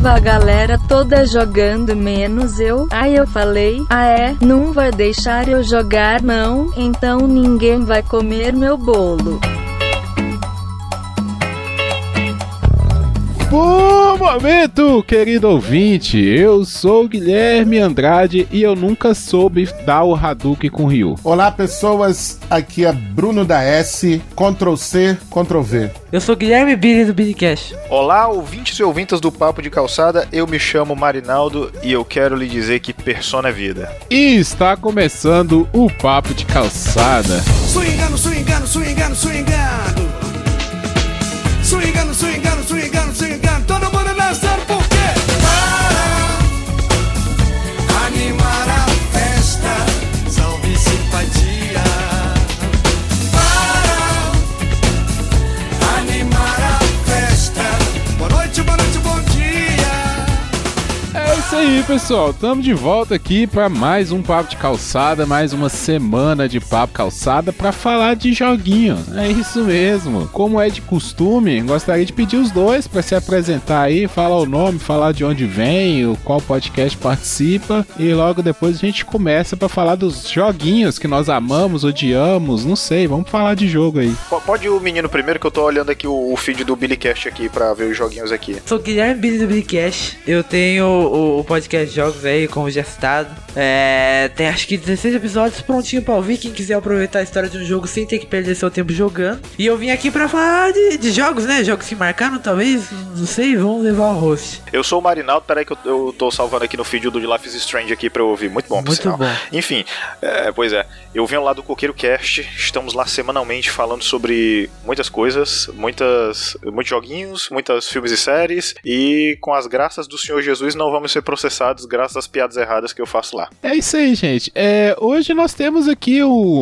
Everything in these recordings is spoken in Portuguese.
tava a galera toda jogando menos eu. Aí eu falei, não vai deixar eu jogar não, então ninguém vai comer meu bolo. Bom momento, querido ouvinte, eu sou o Guilherme Andrade e eu nunca soube dar o Hadouken com o Ryu. Olá pessoas, aqui é Bruno da S, Ctrl+C, Ctrl+V. Eu sou Guilherme Billy do Billycast. Olá, ouvintes e ouvintas do Papo de Calçada, eu me chamo Marinaldo e eu quero lhe dizer que Persona é vida. E está começando o Papo de Calçada. Swingando, swingando, swingando, swingando. Swingando, swingando, swingando, swingando. Todo mundo dançando por quê? Para animar a festa. Salve simpatia. Para animar a festa. Boa noite, bom dia. É isso aí, pessoal. Estamos de volta aqui para mais um Papo de Calçada, mais uma semana de Papo Calçada para falar de joguinho. É isso mesmo. Como é de costume, gostaria de pedir os dois para se apresentar aí, falar o nome, falar de onde vem, qual podcast participa e logo depois a gente começa para falar dos joguinhos que nós amamos, odiamos, não sei, vamos falar de jogo aí. Pode ir o menino primeiro que eu tô olhando aqui o feed do Billycast aqui para ver os joguinhos aqui. Sou Guilherme Billy do Billycast. Eu tenho o podcast de jogos aí, como já citado. Tem acho que 16 episódios prontinho pra ouvir. Quem quiser aproveitar a história de um jogo sem ter que perder seu tempo jogando. E eu vim aqui pra falar de jogos, né? Jogos que marcaram, talvez. Não sei, vamos levar o host. Eu sou o Marinaldo, peraí que eu tô salvando aqui no feed do Life is Strange aqui pra eu ouvir. Muito bom, muito bom. Enfim, pois é. Eu venho lá do Coqueiro Cast. Estamos lá semanalmente falando sobre muitas coisas, muitos joguinhos, muitos filmes e séries. E com as graças do Senhor Jesus não vamos ser processados graças às piadas erradas que eu faço lá. É isso aí, gente. Hoje nós temos aqui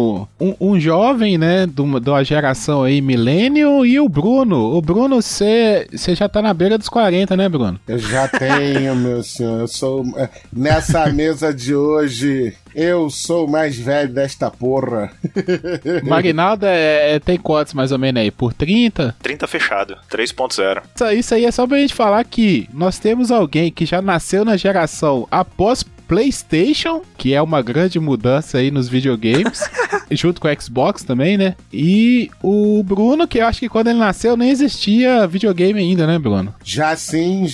um jovem, né, de uma geração aí, millennial, e o Bruno. O Bruno, você já tá na beira dos 40, né, Bruno? Eu já tenho, meu senhor. Eu sou... Nessa mesa de hoje... Eu sou o mais velho desta porra. Marinaldo tem quantos mais ou menos aí? Por 30? 30 fechado, 3.0. Isso aí é só pra gente falar que nós temos alguém que já nasceu na geração após PlayStation, que é uma grande mudança aí nos videogames, junto com o Xbox também, né? E o Bruno, que eu acho que quando ele nasceu nem existia videogame ainda, né, Bruno? Já sim,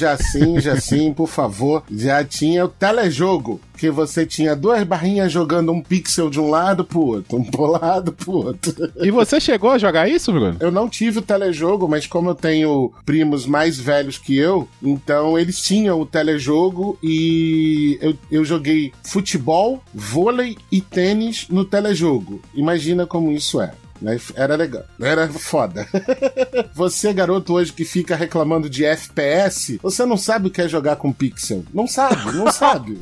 por favor. Já tinha o telejogo, que você tinha duas barrinhas jogando um pixel de um lado pro outro, um pro lado pro outro. E você chegou a jogar isso, Bruno? Eu não tive o telejogo, mas como eu tenho primos mais velhos que eu, então eles tinham o telejogo e eu joguei futebol, vôlei e tênis no telejogo. Imagina como isso é. Era legal, era foda. Você, garoto, hoje que fica reclamando de FPS, você não sabe o que é jogar com pixel. Não sabe.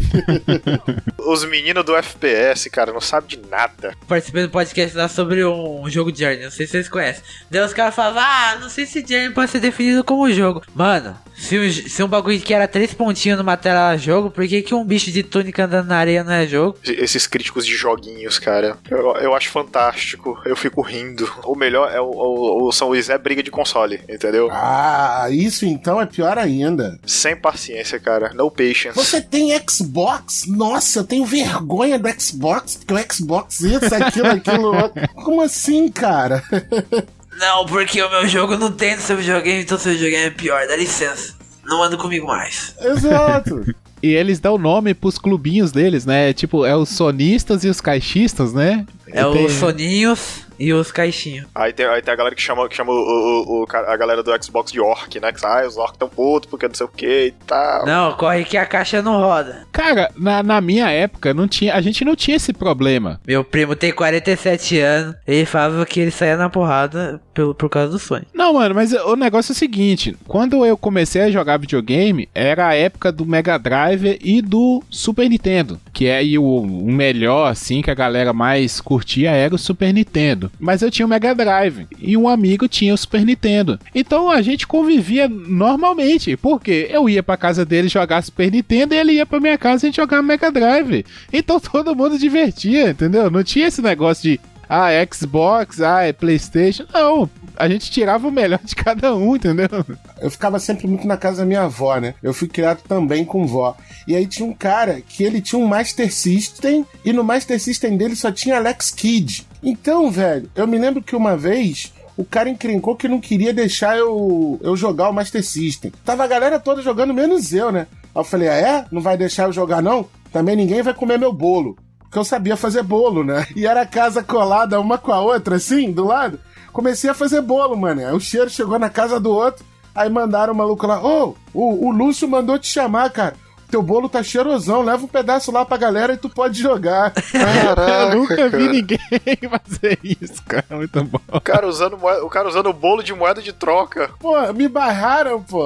Os meninos do FPS, cara, não sabem de nada. Participei do podcast lá sobre um jogo de Journey, não sei se vocês conhecem. Daí os caras falavam, não sei se Journey pode ser definido como jogo. Mano, se um bagulho que era 3 pontinhos numa tela era jogo, por que um bicho de túnica andando na areia não é jogo? Esses críticos de joguinhos, cara, eu acho fantástico, eu fico rindo. O melhor são os briga de console, entendeu? Isso então é pior ainda. Sem paciência, cara, no patience. Você tem Xbox? Nossa, eu tenho vergonha do Xbox, porque o Xbox isso, aquilo outro. Como assim, cara? Não, porque o meu jogo não tem no seu videogame, então seu videogame é pior, dá licença. Não anda comigo mais. Exato. E eles dão nome pros clubinhos deles, né? Tipo, é os sonistas e os caixistas, né? Os soninhos e os caixinhos. Aí tem a galera que chama a galera do Xbox de orc, né? Que os orcs tão putos porque não sei o que e tal. Não, corre que a caixa não roda. Cara, na minha época a gente não tinha esse problema. Meu primo tem 47 anos, ele falava que ele saía na porrada por causa do Sonic. Não, mano, mas o negócio é o seguinte, quando eu comecei a jogar videogame, era a época do Mega Drive e do Super Nintendo, que é aí o melhor, assim, que a galera mais curtia era o Super Nintendo. Mas eu tinha o Mega Drive e um amigo tinha o Super Nintendo. Então a gente convivia normalmente, porque eu ia pra casa dele jogar Super Nintendo e ele ia pra minha casa e a gente jogava Mega Drive. Então todo mundo divertia, entendeu? Não tinha esse negócio de Xbox, PlayStation. Não, A gente tirava o melhor de cada um, entendeu? Eu ficava sempre muito na casa da minha avó, né? Eu fui criado também com vó. E aí tinha um cara que ele tinha um Master System e no Master System dele só tinha Alex Kidd. Então, velho, eu me lembro que uma vez o cara encrencou que não queria deixar eu jogar o Master System. Tava a galera toda jogando, menos eu, né? Aí eu falei, Não vai deixar eu jogar, não? Também ninguém vai comer meu bolo. Porque eu sabia fazer bolo, né? E era casa colada uma com a outra, assim, do lado. Comecei a fazer bolo, mano. Aí o cheiro chegou na casa do outro. Aí mandaram o maluco lá. O Lúcio mandou te chamar, cara. Teu bolo tá cheirosão, leva um pedaço lá pra galera e tu pode jogar. Caraca, eu nunca vi ninguém fazer isso, cara. Muito bom. O cara usando bolo de moeda de troca. Pô, me barraram, pô.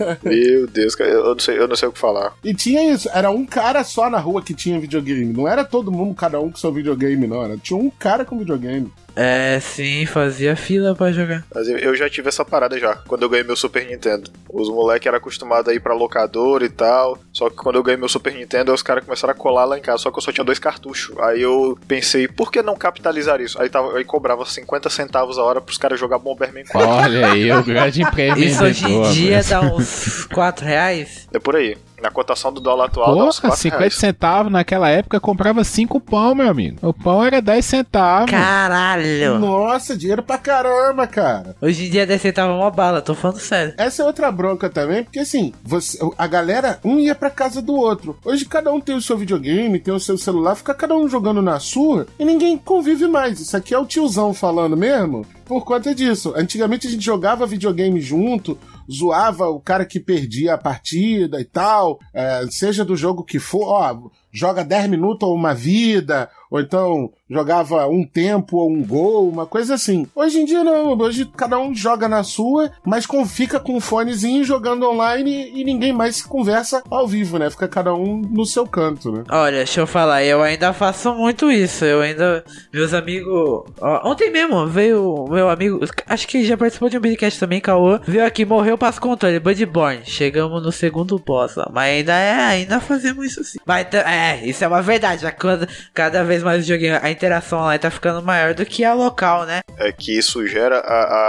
Meu Deus, cara, eu não sei o que falar. E tinha isso, era um cara só na rua que tinha videogame. Não era todo mundo, cada um com seu videogame, não. Tinha um cara com videogame. Sim, fazia fila pra jogar. Mas eu já tive essa parada já, quando eu ganhei meu Super Nintendo. Os moleques eram acostumados a ir pra locador e tal, só que quando eu ganhei meu Super Nintendo, os caras começaram a colar lá em casa, só que eu só tinha 2 cartuchos. Aí eu pensei, por que não capitalizar isso? Aí cobrava 50 centavos a hora pros caras jogar Bomberman 4. Olha aí, o grande prêmio. Isso hoje em dia dá uns 4 reais? É por aí. Na cotação do dólar atual, dá uns 4 50 reais. centavos naquela época comprava 5 pão, meu amigo. O pão era 10 centavos. Caralho! Nossa, dinheiro pra caramba, cara. Hoje em dia 10 centavos é uma bala, tô falando sério. Essa é outra bronca também, porque assim, a galera, um ia pra casa do outro. Hoje cada um tem o seu videogame, tem o seu celular, fica cada um jogando na sua e ninguém convive mais. Isso aqui é o tiozão falando mesmo por conta disso. Antigamente a gente jogava videogame junto, zoava o cara que perdia a partida e tal, seja do jogo que for, joga 10 minutos ou uma vida, ou então jogava um tempo ou um gol, uma coisa assim. Hoje em dia não, hoje cada um joga na sua, mas fica com um fonezinho jogando online e ninguém mais se conversa ao vivo, né? Fica cada um no seu canto, né? Olha, deixa eu falar, eu ainda faço muito isso, meus amigos, ontem mesmo veio meu amigo, acho que já participou de um podcast também, Caô, veio aqui, morreu para as controles, Bloodborne, chegamos no segundo boss lá, mas ainda fazemos isso sim. Mas isso é uma verdade, já cada vez mais o joguinho, a interação lá tá ficando maior do que a local, né? É que isso gera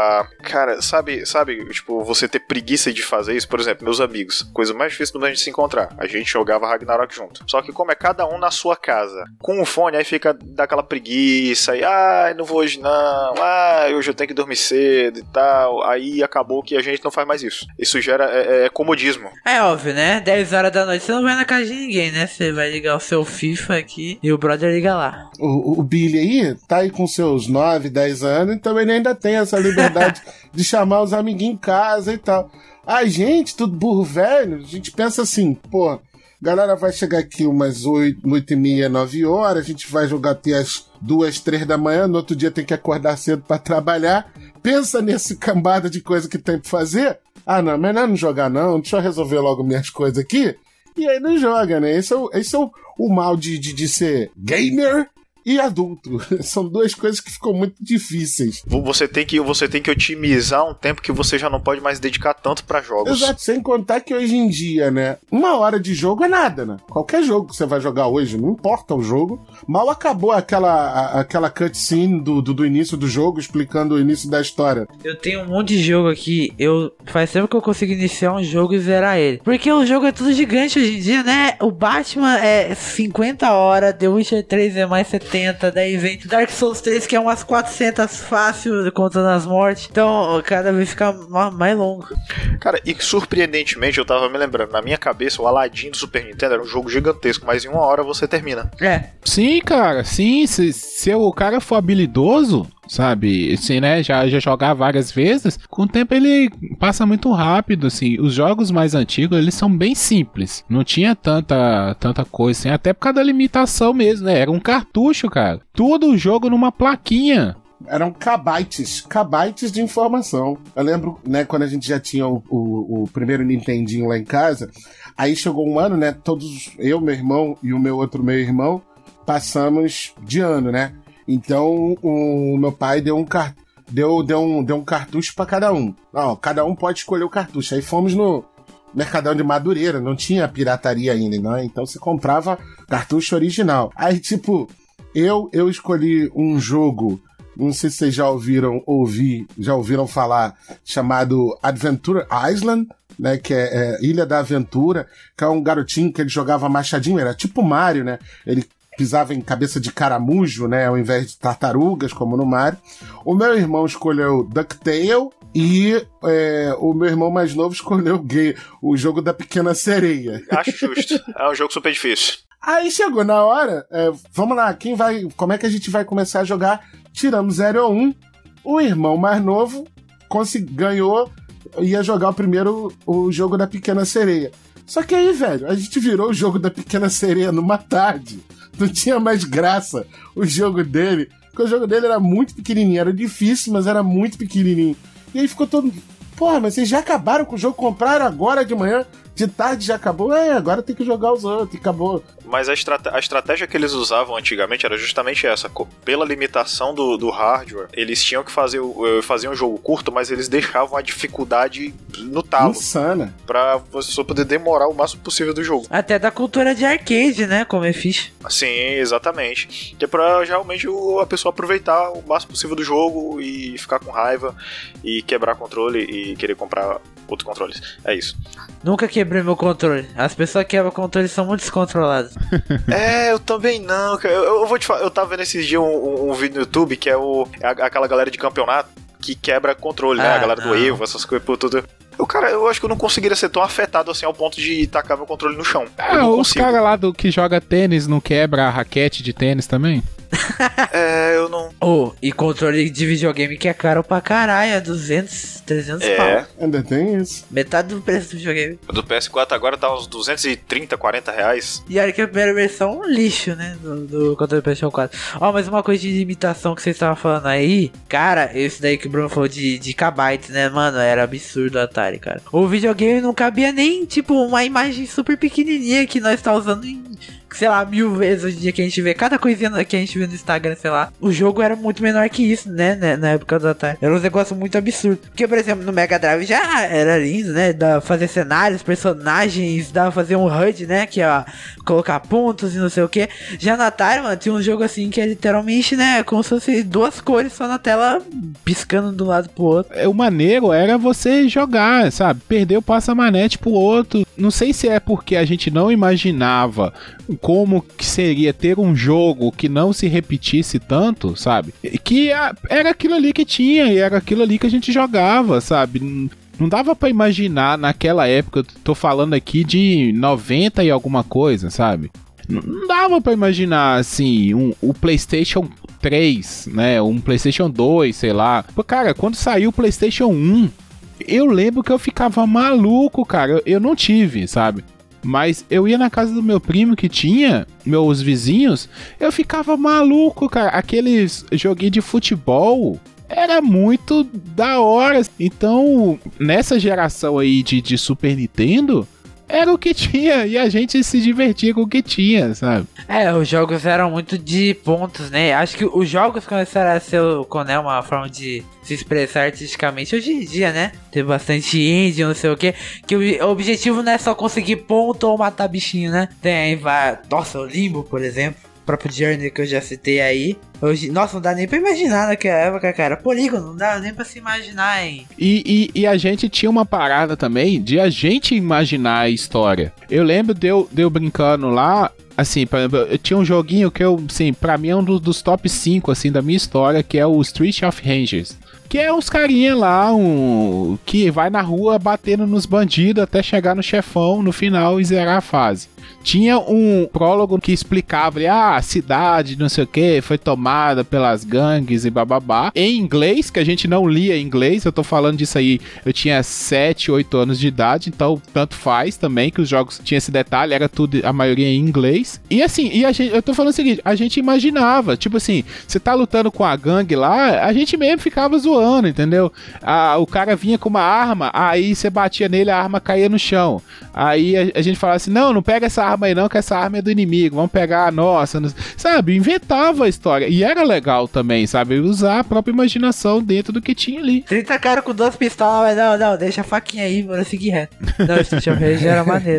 Cara, sabe, tipo, você ter preguiça de fazer isso, por exemplo, meus amigos, coisa mais difícil do mundo a gente se encontrar, a gente jogava Ragnarok junto, só que como é cada um na sua casa, com o fone, aí fica daquela preguiça, e não vou hoje não, hoje eu tenho que dormir cedo e tal, aí acabou que a gente não faz mais isso. Isso gera comodismo. É óbvio, né? 10 horas da noite você não vai na casa de ninguém, né? Você vai ligar o seu FIFA aqui e o brother liga lá. O Billy aí tá aí com seus 9, 10 anos, então ele ainda tem essa liberdade de chamar os amiguinhos em casa e tal. A gente, tudo burro velho, a gente pensa assim, pô, galera vai chegar aqui umas 8h30, 9 horas, a gente vai jogar até as 2, 3 da manhã, no outro dia tem que acordar cedo pra trabalhar. Pensa nesse cambada de coisa que tem pra fazer. Não, melhor não jogar não, deixa eu resolver logo minhas coisas aqui. E aí não joga, né? Esse é o mal de ser gamer e adulto. São duas coisas que ficam muito difíceis. Você tem que otimizar um tempo que você já não pode mais dedicar tanto pra jogos. Exato, sem contar que hoje em dia, né, 1 hora de jogo é nada, né? Qualquer jogo que você vai jogar hoje, não importa o jogo, mal acabou aquela cutscene do início do jogo, explicando o início da história. Eu tenho um monte de jogo aqui, faz tempo que eu consigo iniciar um jogo e zerar ele. Porque o jogo é tudo gigante hoje em dia, né? O Batman é 50 horas, The Witcher 3 é mais 70, daí vem Dark Souls 3 que é umas 400 fácil, contando as mortes. Então, cada vez fica mais longo. Cara, e surpreendentemente, eu tava me lembrando, na minha cabeça, o Aladdin do Super Nintendo era um jogo gigantesco, mas em 1 hora você termina. Sim, cara, sim, se o cara for habilidoso, sabe, assim, né, já jogar várias vezes, com o tempo ele passa muito rápido, assim. Os jogos mais antigos, eles são bem simples, não tinha tanta coisa, assim, até por causa da limitação mesmo, né, era um cartucho, cara, todo o jogo numa plaquinha. Eram kbytes de informação. Eu lembro, né, quando a gente já tinha o primeiro Nintendinho lá em casa, aí chegou um ano, né, todos, eu, meu irmão e o meu outro irmão, passamos de ano, né, então o meu pai deu um cartucho pra cada um. Não, cada um pode escolher o cartucho. Aí fomos no Mercadão de Madureira, não tinha pirataria ainda, né? Então você comprava cartucho original. Aí, tipo, eu escolhi um jogo não sei se vocês já ouviram falar, chamado Adventure Island, né, que é Ilha da Aventura, que é um garotinho que ele jogava machadinho, era tipo Mario, né, ele pisava em cabeça de caramujo, né, ao invés de tartarugas, como no Mario. O meu irmão escolheu DuckTale e o meu irmão mais novo escolheu o jogo da Pequena Sereia. Acho justo. É um jogo super difícil. Aí chegou na hora, vamos lá, como é que a gente vai começar a jogar? Tiramos 0 ou 1, o irmão mais novo ganhou, ia jogar o jogo da Pequena Sereia. Só que aí, velho, a gente virou o jogo da Pequena Sereia numa tarde. Não tinha mais graça o jogo dele, porque o jogo dele era muito pequenininho, era difícil, mas era muito pequenininho. E aí ficou todo... Porra, mas vocês já acabaram com o jogo, compraram agora de manhã, de tarde já acabou, agora tem que jogar os outros, acabou. Mas a estratégia que eles usavam antigamente era justamente essa. Pela limitação do hardware, eles tinham que faziam um jogo curto, mas eles deixavam a dificuldade no talo. Insana. Pra você só poder demorar o máximo possível do jogo. Até da cultura de arcade, né? Como é fixe. Sim, exatamente. Que é pra realmente a pessoa aproveitar o máximo possível do jogo e ficar com raiva e quebrar controle e querer comprar outros controles. É isso. Nunca quebrei meu controle. As pessoas que quebram controle são muito descontroladas. Eu também não, cara. Eu vou te falar, eu tava vendo esses dias um vídeo no YouTube que é aquela galera de campeonato que quebra controle, né? A galera do Evo, essas coisas por tudo. Eu acho que eu não conseguiria ser tão afetado assim ao ponto de tacar meu controle no chão. Os caras lá que joga tênis não quebra a raquete de tênis também? Eu não... E controle de videogame que é caro pra caralho, é 200, 300 pau. Ainda tem isso. Metade do preço do videogame. O do PS4 agora tá uns 230, 40 reais. E olha que a primeira versão é um lixo, né, do controle do PlayStation 4. Mas uma coisa de limitação que vocês estavam falando aí, cara, esse daí que o Bruno falou de kbytes, né, mano, era absurdo o Atari, cara. O videogame não cabia nem, tipo, uma imagem super pequenininha que nós tá usando em... sei lá, 1000 vezes hoje em dia que a gente vê, cada coisinha que a gente vê no Instagram, sei lá, o jogo era muito menor que isso, né, na época do Atari. Era um negócio muito absurdo. Porque, por exemplo, no Mega Drive já era lindo, né, dava pra fazer cenários, personagens, dava pra fazer um HUD, né, que é colocar pontos e não sei o que. Já no Atari, mano, tinha um jogo assim que é literalmente, né, como se fosse 2 cores só na tela, piscando de um lado pro outro. O maneiro era você jogar, sabe, perder o passamanete pro outro. Não sei se é porque a gente não imaginava como que seria ter um jogo que não se repetisse tanto, sabe? Que era aquilo ali que tinha e era aquilo ali que a gente jogava, sabe? Não dava pra imaginar naquela época, eu tô falando aqui de 90 e alguma coisa, sabe? Não dava pra imaginar, assim, o PlayStation 3, né? Um PlayStation 2, sei lá. Pô, cara, quando saiu o PlayStation 1, eu lembro que eu ficava maluco, cara. Eu não tive, sabe? Mas eu ia na casa do meu primo que tinha, meus vizinhos, eu ficava maluco, cara. Aqueles joguinhos de futebol era muito da hora. Então, nessa geração aí de Super Nintendo, era o que tinha e a gente se divertia com o que tinha, sabe? Os jogos eram muito de pontos, né? Acho que os jogos começaram a ser uma forma de se expressar artisticamente hoje em dia, né? Tem bastante indie, não sei o que o objetivo não é só conseguir ponto ou matar bichinho, né? Tem nossa, o Limbo, por exemplo, o próprio Journey que eu já citei aí. Hoje, nossa, não dá nem pra imaginar naquela época, cara. Polígono, não dá nem pra se imaginar, hein? E a gente tinha uma parada também de a gente imaginar a história. Eu lembro de eu brincando lá, assim, eu tinha um joguinho que assim, pra mim é um dos top 5, assim, da minha história, que é o Street of Rage. Que é uns carinha lá, que vai na rua batendo nos bandidos até chegar no chefão no final e zerar a fase. Tinha um prólogo que explicava, a cidade, não sei o que, foi tomada pelas gangues e bababá. Em inglês, que a gente não lia em inglês, eu tô falando disso aí, eu tinha 7, 8 anos de idade, então tanto faz também, que os jogos tinham esse detalhe, era tudo, a maioria em inglês. E assim, eu tô falando o seguinte, a gente imaginava, tipo assim, você tá lutando com a gangue lá, a gente mesmo ficava zoando, entendeu? O cara vinha com uma arma, aí você batia nele, a arma caía no chão. Aí a gente falava assim, não pega essa arma aí não, que essa arma é do inimigo, vamos pegar a nossa, sabe? Inventava a história, e era legal também, sabe? Usar a própria imaginação dentro do que tinha ali. 30 caras com 2 pistolas, mas não, deixa a faquinha aí, bora seguir reto. Não, esse Street of Rage era maneiro.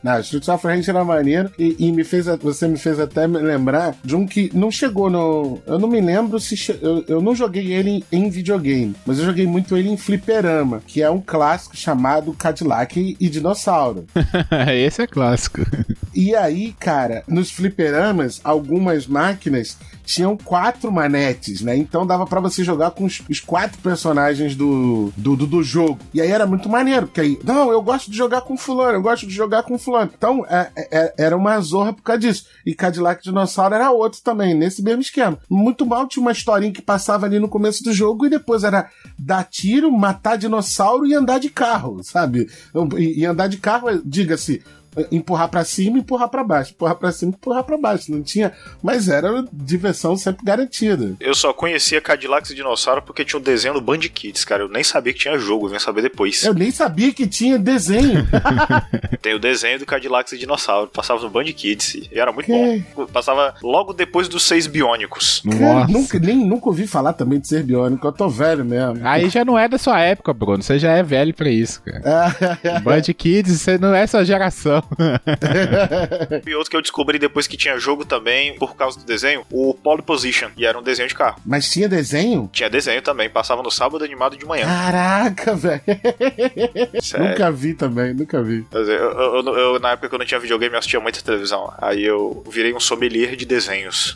Não, Streets of Rage era maneiro e você me fez até me lembrar de um que não chegou no... Eu não me lembro se... Eu não joguei ele em videogame, mas eu joguei muito ele em fliperama, que é um clássico chamado Cadillac e Dinossauro. Esse é clássico. E aí, cara, nos fliperamas, algumas máquinas tinham 4 manetes, né? Então dava pra você jogar com os 4 personagens do jogo. E aí era muito maneiro, porque aí, não, eu gosto de jogar com fulano, eu gosto de jogar com fulano. Então era uma zorra por causa disso. E Cadillac Dinossauro era outro também, nesse mesmo esquema. Muito mal, tinha uma historinha que passava ali no começo do jogo e depois era dar tiro, matar dinossauro e andar de carro, sabe? E andar de carro, diga-se, empurrar pra cima e empurrar pra baixo. Empurrar pra cima e empurrar pra baixo. Não tinha... Mas era diversão sempre garantida. Eu só conhecia Cadillacs e Dinossauro porque tinha o desenho do Band Kids, cara. Eu nem sabia que tinha jogo, eu vim saber depois. Eu nem sabia que tinha desenho. Tem o desenho do Cadillacs e Dinossauro. Passava no Band Kids e era muito bom. Passava logo depois dos 6 Biônicos. Cara, nunca ouvi falar também de ser biônico. Eu tô velho mesmo. Aí já não é da sua época, Bruno. Você já é velho pra isso, cara. Band Kids, você não é sua geração. E outro que eu descobri depois que tinha jogo também, por causa do desenho, o Pole Position, e era um desenho de carro. Mas tinha desenho? Tinha desenho também, passava no sábado animado de manhã. Caraca, velho. Nunca vi também, nunca vi. Eu, na época que eu não tinha videogame, eu assistia muita televisão. Aí eu virei um sommelier de desenhos.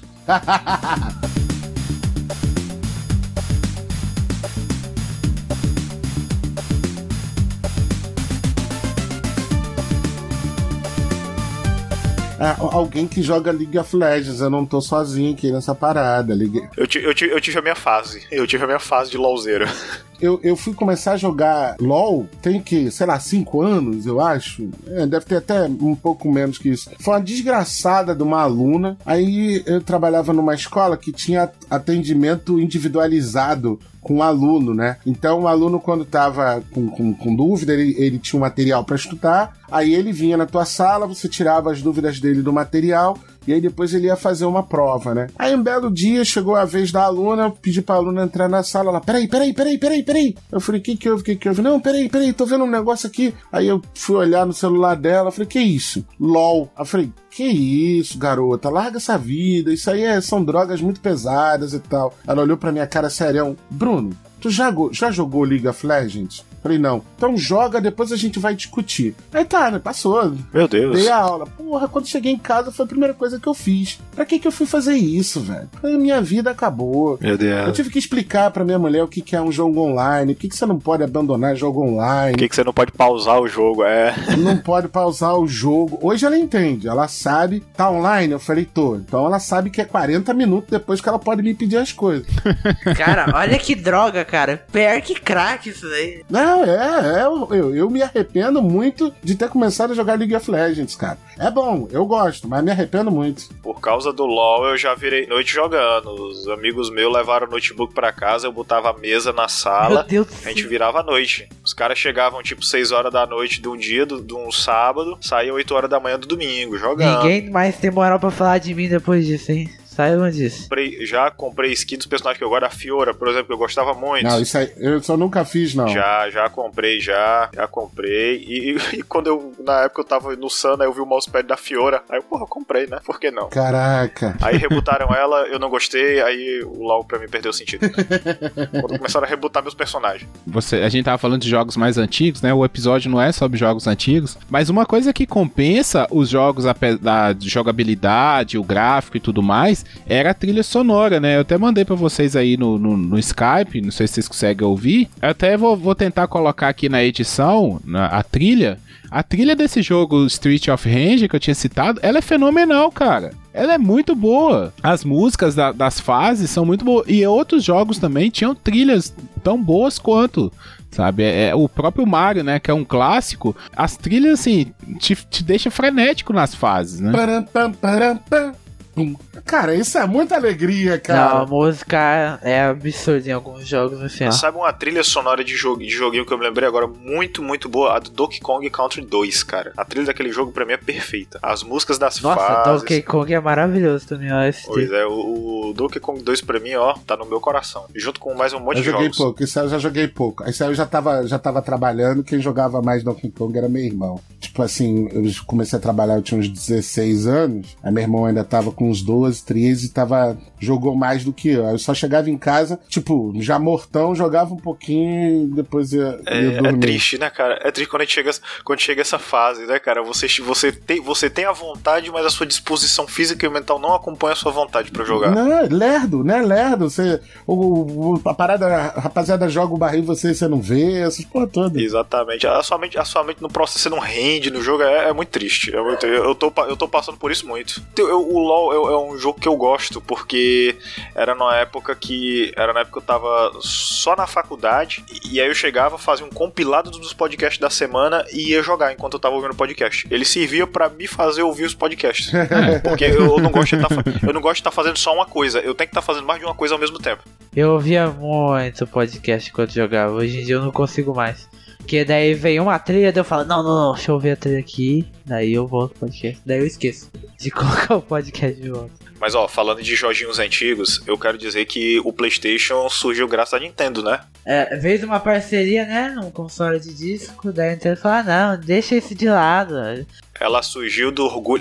Alguém que joga League of Legends. Eu não tô sozinho aqui nessa parada. Eu tive a minha fase. Eu tive a minha fase de LOLzeiro. Eu fui começar a jogar LOL, tem que, sei lá, 5 anos, eu acho. Deve ter até um pouco menos que isso. Foi uma desgraçada de uma aluna. Aí eu trabalhava numa escola que tinha atendimento individualizado com o aluno, né? Então o aluno, quando tava com dúvida, ele tinha um material para estudar, aí ele vinha na tua sala, você tirava as dúvidas dele do material, e aí depois ele ia fazer uma prova, né? Aí um belo dia chegou a vez da aluna, pedi pra aluna entrar na sala, ela, peraí. Eu falei, que que houve? Não, peraí, tô vendo um negócio aqui. Aí eu fui olhar no celular dela, falei, que isso? LOL. Eu falei, que isso, garota, larga essa vida, isso aí são drogas muito pesadas e tal. Ela olhou pra minha cara serião, Bruno, tu já jogou League of Legends? Falei, não. Então joga, depois a gente vai discutir. Aí tá, né? Passou. Meu Deus. Dei a aula. Porra, quando cheguei em casa foi a primeira coisa que eu fiz. Pra que eu fui fazer isso, velho? A minha vida acabou. Meu Deus. Eu tive que explicar pra minha mulher o que é um jogo online, o que você não pode abandonar jogo online. O que você não pode pausar o jogo, Não pode pausar o jogo. Hoje ela entende, ela sabe. Tá online? Eu falei, tô. Então ela sabe que é 40 minutos depois que ela pode me pedir as coisas. Cara, olha que droga, cara. Pior que crack isso aí. Não, eu me arrependo muito de ter começado a jogar League of Legends, cara. É bom, eu gosto, mas me arrependo muito. Por causa do LoL, eu já virei noite jogando. Os amigos meus levaram o notebook pra casa, eu botava a mesa na sala, Meu Deus do céu. a gente virava a noite. Os caras chegavam tipo 6 horas da noite de um dia, de um sábado, saíam 8 horas da manhã do domingo, jogando. Ninguém mais tem moral pra falar de mim depois disso, hein? Saibam disso. Já comprei skin dos personagens que eu gosto, da Fiora, por exemplo, que eu gostava muito. Não, isso aí eu só nunca fiz, não. Já comprei. E quando na época eu tava no Sun, aí eu vi o mousepad da Fiora. Aí eu comprei, né? Por que não? Caraca. Aí rebutaram ela, eu não gostei, aí o LoL pra mim perdeu o sentido. Quando começaram a rebutar meus personagens. A gente tava falando de jogos mais antigos, né? O episódio não é sobre jogos antigos, mas uma coisa que compensa os jogos, da jogabilidade, o gráfico e tudo mais, era a trilha sonora, né? Eu até mandei pra vocês aí no Skype, não sei se vocês conseguem ouvir. Eu até vou tentar colocar aqui na edição a trilha. A trilha desse jogo Street of Rage que eu tinha citado, ela é fenomenal, cara. Ela é muito boa. As músicas das fases são muito boas. E outros jogos também tinham trilhas tão boas quanto, sabe? O próprio Mario, né? Que é um clássico. As trilhas, assim, te deixa frenético nas fases, né? Cara, isso é muita alegria, cara. Não, a música é absurda em alguns jogos, assim, ó. Sabe uma trilha sonora de joguinho que eu me lembrei agora muito, muito boa? A do Donkey Kong Country 2, cara. A trilha daquele jogo pra mim é perfeita. As músicas das fases... Nossa, Donkey Kong é maravilhoso também, ó. Pois é, o Donkey Kong 2 pra mim, ó, tá no meu coração. Junto com mais um monte de jogos. Eu joguei pouco, isso aí eu já joguei pouco. Isso aí eu já tava trabalhando, quem jogava mais Donkey Kong era meu irmão. Tipo, tipo assim, eu comecei a trabalhar, eu tinha uns 16 anos, aí meu irmão ainda tava com uns 12, 13, jogou mais do que eu. Aí eu só chegava em casa, tipo, já mortão, jogava um pouquinho e depois ia dormir. É triste, né, cara? É triste quando chega essa fase, né, cara? Você tem a vontade, mas a sua disposição física e mental não acompanha a sua vontade pra jogar. Não, é lerdo, né? Lerdo. A parada, a rapaziada joga o barril e você não vê, essas porra toda. Exatamente. A sua mente no processo, você não rende no jogo, é muito triste. Eu tô passando por isso muito. O LoL é um jogo que eu gosto, porque era na época que eu tava só na faculdade, e aí eu chegava, fazia um compilado dos podcasts da semana e ia jogar enquanto eu tava ouvindo o podcast. Ele servia pra me fazer ouvir os podcasts. Porque eu não gosto de estar fazendo só uma coisa, eu tenho que estar fazendo mais de uma coisa ao mesmo tempo. Eu ouvia muito podcast enquanto jogava, hoje em dia eu não consigo mais. Porque daí vem uma trilha, daí eu falo, não, deixa eu ouvir a trilha aqui, daí eu volto pro podcast, daí eu esqueço de colocar o podcast de volta. Mas falando de joguinhos antigos, eu quero dizer que o PlayStation surgiu graças à Nintendo, né? Fez uma parceria, né, num console de disco, daí a Nintendo falou, não, deixa isso de lado. Ela surgiu do orgulho,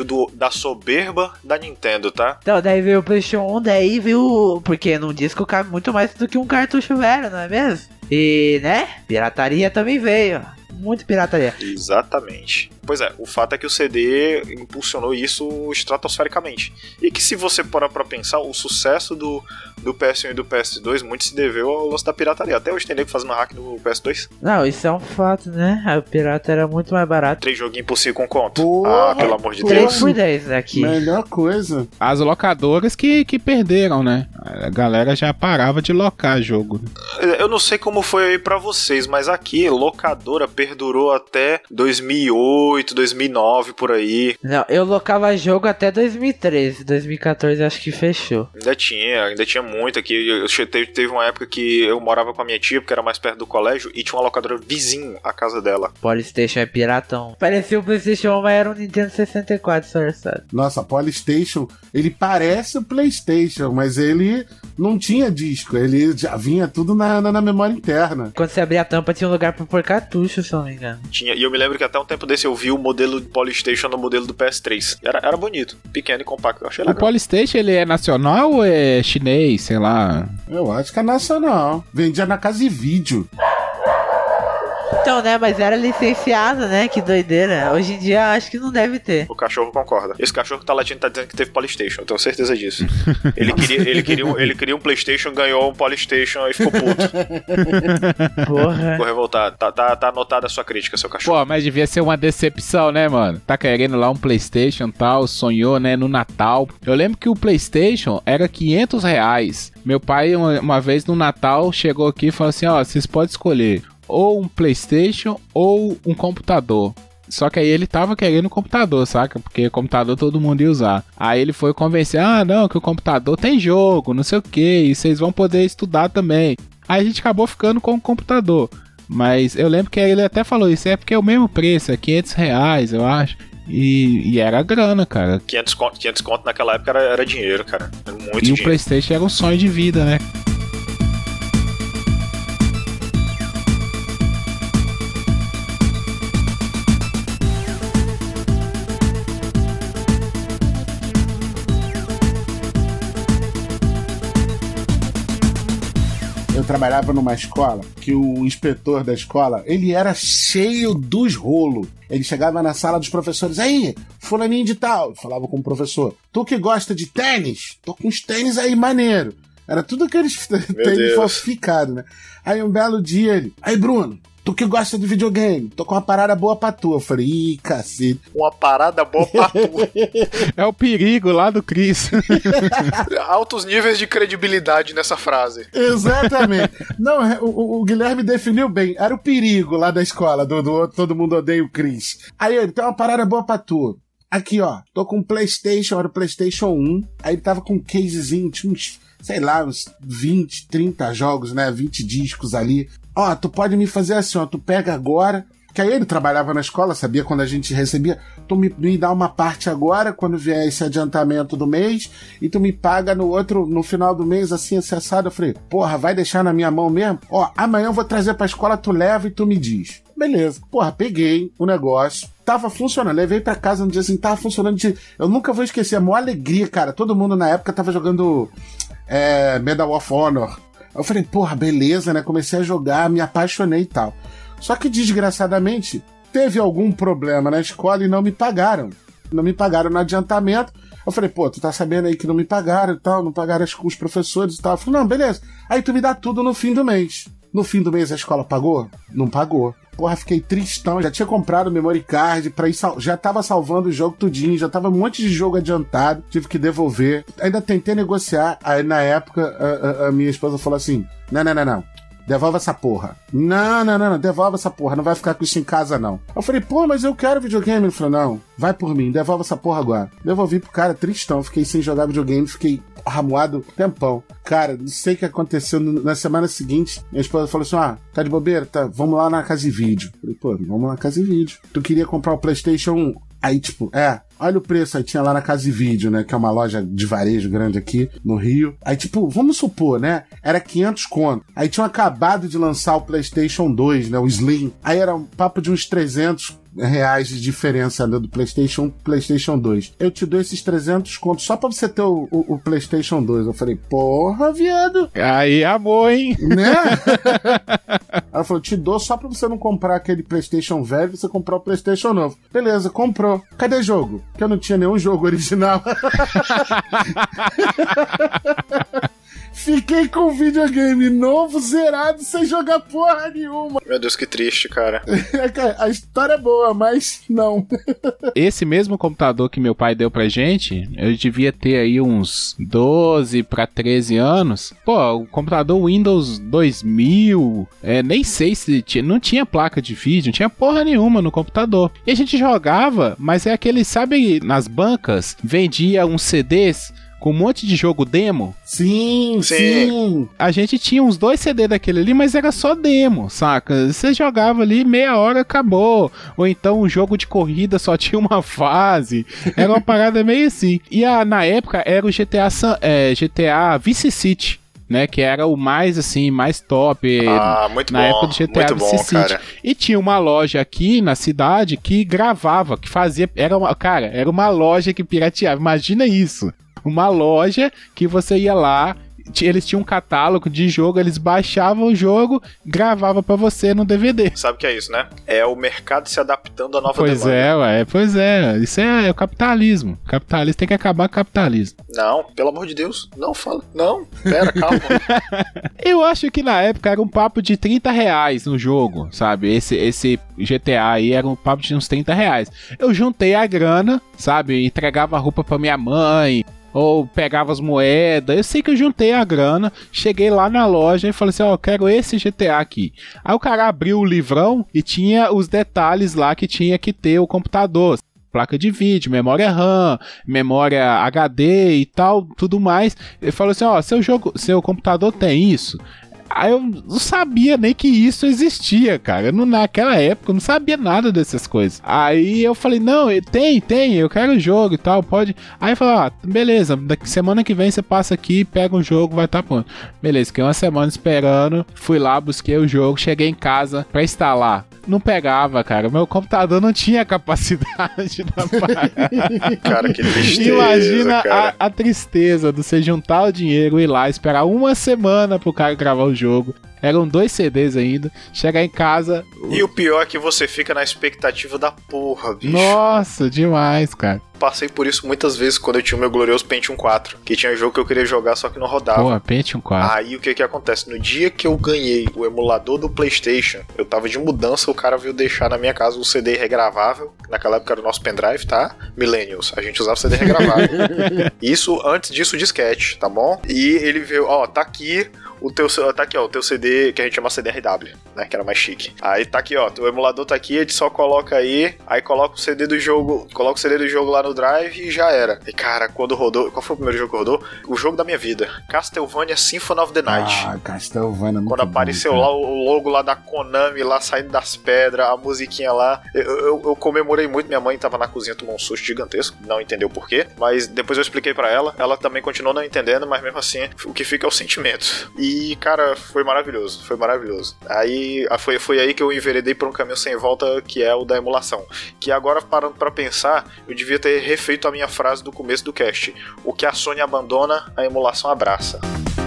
da soberba da Nintendo, tá? Então, daí veio o PlayStation 1, daí veio... Porque num disco cabe muito mais do que um cartucho velho, não é mesmo? E, né, pirataria também veio. Muito pirataria. Exatamente. Pois é, o fato é que o CD impulsionou isso estratosfericamente. E que se você parar pra pensar, o sucesso do PS1 e do PS2 muito se deveu ao lance da pirataria. Até hoje tem nego fazendo hack no PS2. Não, isso é um fato, né? O pirata era muito mais barato. 3 joguinhos por 5 conto. Porra, pelo amor de 3 Deus. por 10 aqui. Melhor coisa. As locadoras que perderam, né? A galera já parava de locar jogo. Eu não sei como foi aí pra vocês, mas aqui, locadora perdurou até 2008, 2009, por aí. Não, eu locava jogo até 2013, 2014 acho que fechou. Ainda tinha muito aqui. Teve uma época que eu morava com a minha tia, porque era mais perto do colégio, e tinha uma locadora vizinho à casa dela. Polystation é piratão. Parecia o PlayStation 1, mas era um Nintendo 64 disfarçado. Nossa, a Polystation, ele parece o PlayStation, mas ele não tinha disco, ele já vinha tudo na memória interna. Quando você abria a tampa tinha um lugar pra pôr cartucho, se eu não me engano. Tinha, e eu me lembro que até um tempo desse eu vi o modelo de Polystation no modelo do PS3. Era bonito, pequeno e compacto, eu achei legal. O Polystation, ele é nacional ou é chinês, sei lá? Eu acho que é nacional. Vendia na casa de vídeo. Então, né, mas era licenciado, né, que doideira. Hoje em dia acho que não deve ter. O cachorro concorda. Esse cachorro que tá latindo tá dizendo que teve Polystation, eu tenho certeza disso. Ele queria um PlayStation, ganhou um Polystation e ficou puto. Porra. Ficou revoltado. Tá anotada a sua crítica, seu cachorro. Pô, mas devia ser uma decepção, né, mano? Tá querendo lá um PlayStation e tal, sonhou, né, no Natal. Eu lembro que o PlayStation era R$500. Meu pai, uma vez no Natal, chegou aqui e falou assim, ó, vocês podem escolher ou um PlayStation ou um computador. Só que aí ele tava querendo um computador, saca? Porque computador todo mundo ia usar. Aí ele foi convencer, não, que o computador tem jogo, não sei o que, e vocês vão poder estudar também. Aí a gente acabou ficando com o computador. Mas eu lembro que ele até falou isso, é porque é o mesmo preço, é R$500, eu acho. E era grana, cara. 500 conto naquela época era dinheiro, cara. Era muito dinheiro. dinheiro. E o PlayStation era um sonho de vida, né? Eu trabalhava numa escola que o inspetor da escola, ele era cheio dos rolos. Ele chegava na sala dos professores, aí, fulaninho de tal, falava com o professor, tu que gosta de tênis? Tô com uns tênis aí maneiro. Era tudo aqueles tênis falsificados, né? Aí um belo dia ele, aí Bruno, tu que gosta de videogame, tô com uma parada boa pra tu. Eu falei, ih, cacete. Uma parada boa pra tu. É o perigo lá do Chris. Altos níveis de credibilidade nessa frase. Exatamente. Não, o Guilherme definiu bem. Era o perigo lá da escola, do Todo Mundo Odeia o Chris. Aí ele, tem uma parada boa pra tu. Aqui, ó, tô com um PlayStation, era o PlayStation 1. Aí ele tava com um casezinho, tinha uns, sei lá, uns 20, 30 jogos, né? 20 discos ali. Ó, tu pode me fazer assim, ó, tu pega agora, que aí ele trabalhava na escola, sabia quando a gente recebia, tu me dá uma parte agora, quando vier esse adiantamento do mês, e tu me paga no final do mês, assim, acessado. Eu falei, porra, vai deixar na minha mão mesmo? Ó, amanhã eu vou trazer pra escola, tu leva e tu me diz. Beleza. Porra, peguei o negócio, tava funcionando. Levei pra casa no dia assim, tava funcionando. Eu nunca vou esquecer, a maior alegria, cara. Todo mundo na época tava jogando Medal of Honor. Eu falei, porra, beleza, né? Comecei a jogar, me apaixonei e tal. Só que, desgraçadamente, teve algum problema na escola e não me pagaram. Não me pagaram no adiantamento. Eu falei, pô, tu tá sabendo aí que não me pagaram e tal, não pagaram os professores e tal. Eu falei, não, beleza. Aí tu me dá tudo no fim do mês. No fim do mês a escola pagou? Não pagou. Porra, fiquei tristão. Já tinha comprado o memory card pra ir já tava salvando o jogo tudinho, já tava um monte de jogo adiantado, tive que devolver. Ainda tentei negociar. Aí na época a minha esposa falou assim: não. Devolve essa porra. Não, devolve essa porra. Não vai ficar com isso em casa, não. Eu falei, pô, mas eu quero videogame. Ele falou, não, vai por mim, devolve essa porra agora. Devolvi pro cara, tristão. Fiquei sem jogar videogame, fiquei ramuado tempão. Cara, não sei o que aconteceu. Na semana seguinte, minha esposa falou assim, tá de bobeira? Tá, vamos lá na Casa e Vídeo. Eu falei, pô, vamos lá na Casa e Vídeo. Tu queria comprar o PlayStation 1? Aí, tipo, olha o preço, aí tinha lá na Casa e Vídeo, né, que é uma loja de varejo grande aqui no Rio. Aí, tipo, vamos supor, né, era 500 conto. Aí tinham acabado de lançar o PlayStation 2, né, o Slim. Aí era um papo de uns 300 reais de diferença, né, do PlayStation 1 pro PlayStation 2. Eu te dou esses 300 contos só pra você ter o PlayStation 2. Eu falei, porra, viado. Aí, amor, hein? Né? Ela falou, te dou só pra você não comprar aquele PlayStation velho, você comprar o PlayStation novo. Beleza, comprou. Cadê jogo? Porque eu não tinha nenhum jogo original. Fiquei com o videogame novo, zerado, sem jogar porra nenhuma. Meu Deus, que triste, cara. A história é boa, mas não. Esse mesmo computador que meu pai deu pra gente, eu devia ter aí uns 12 pra 13 anos. Pô, o computador Windows 2000, nem sei se não tinha placa de vídeo, não tinha porra nenhuma no computador. E a gente jogava, mas é aquele, sabe, nas bancas, vendia uns CDs com um monte de jogo demo. Sim. A gente tinha uns 2 CD daquele ali, mas era só demo, saca? Você jogava ali, meia hora, acabou. Ou então um jogo de corrida só tinha uma fase. Era uma parada meio assim. E na época era o GTA Vice City, né, que era o mais, assim, mais top muito na bom, época do GTA muito Vice bom, City. cara. E tinha uma loja aqui na cidade que gravava, que fazia, era uma loja que pirateava, imagina isso. Uma loja que você ia lá, eles tinham um catálogo de jogo, eles baixavam o jogo, gravavam pra você no DVD. Sabe o que é isso, né? É o mercado se adaptando à nova demanda. Pois é. Isso é o capitalismo. O capitalismo tem que acabar com o capitalismo. Não, pelo amor de Deus, não fala. Não, pera, calma. Eu acho que na época era um papo de 30 reais no jogo, sabe? Esse GTA aí era um papo de uns 30 reais. Eu juntei a grana, sabe? Entregava a roupa pra minha mãe, ou pegava as moedas. Eu sei que eu juntei a grana, cheguei lá na loja e falei assim, eu quero esse GTA aqui. Aí o cara abriu o livrão e tinha os detalhes lá que tinha que ter o computador. Placa de vídeo, memória RAM, memória HD e tal, tudo mais. Ele falou assim, seu computador tem isso? Aí eu não sabia nem que isso existia, cara. Naquela época eu não sabia nada dessas coisas. Aí eu falei, não, tem, eu quero o jogo e tal, pode. Aí eu falei, beleza, semana que vem você passa aqui, pega um jogo, vai estar pronto. Beleza, fiquei uma semana esperando, fui lá, busquei o jogo, cheguei em casa pra instalar. Não pegava, cara. Meu computador não tinha capacidade da parada. Cara, que tristeza. Imagina cara. A tristeza de você juntar o dinheiro, ir lá, esperar uma semana pro cara gravar o jogo. Eram 2 CDs ainda. Chegar em casa... E o pior é que você fica na expectativa da porra, bicho. Nossa, demais, cara. Passei por isso muitas vezes quando eu tinha o meu glorioso Pentium 4. Que tinha jogo que eu queria jogar, só que não rodava. Pô, Pentium 4. Aí o que acontece? No dia que eu ganhei o emulador do PlayStation, eu tava de mudança, o cara veio deixar na minha casa um CD regravável. Naquela época era o nosso pendrive, tá? Millennials. A gente usava CD regravável. Isso, antes disso, disquete, tá bom? E ele veio, tá aqui... Tá aqui, o teu CD, que a gente chama CD-RW, né, que era mais chique. Aí tá aqui, o emulador tá aqui, a gente só coloca aí coloca o CD do jogo, lá no drive e já era. E cara, quando rodou, qual foi o primeiro jogo que rodou? O jogo da minha vida, Castlevania Symphony of the Night. Castlevania. Quando apareceu lá o logo lá da Konami, lá saindo das pedras, a musiquinha lá, eu comemorei muito. Minha mãe tava na cozinha, tomou um susto gigantesco, não entendeu por quê, mas depois eu expliquei pra ela também continuou não entendendo, mas mesmo assim, o que fica é o sentimento. e, cara, foi maravilhoso, foi maravilhoso. Aí foi aí que eu enveredei por um caminho sem volta, que é o da emulação. Que agora, parando pra pensar, eu devia ter refeito a minha frase do começo do cast. O que a Sony abandona, a emulação abraça.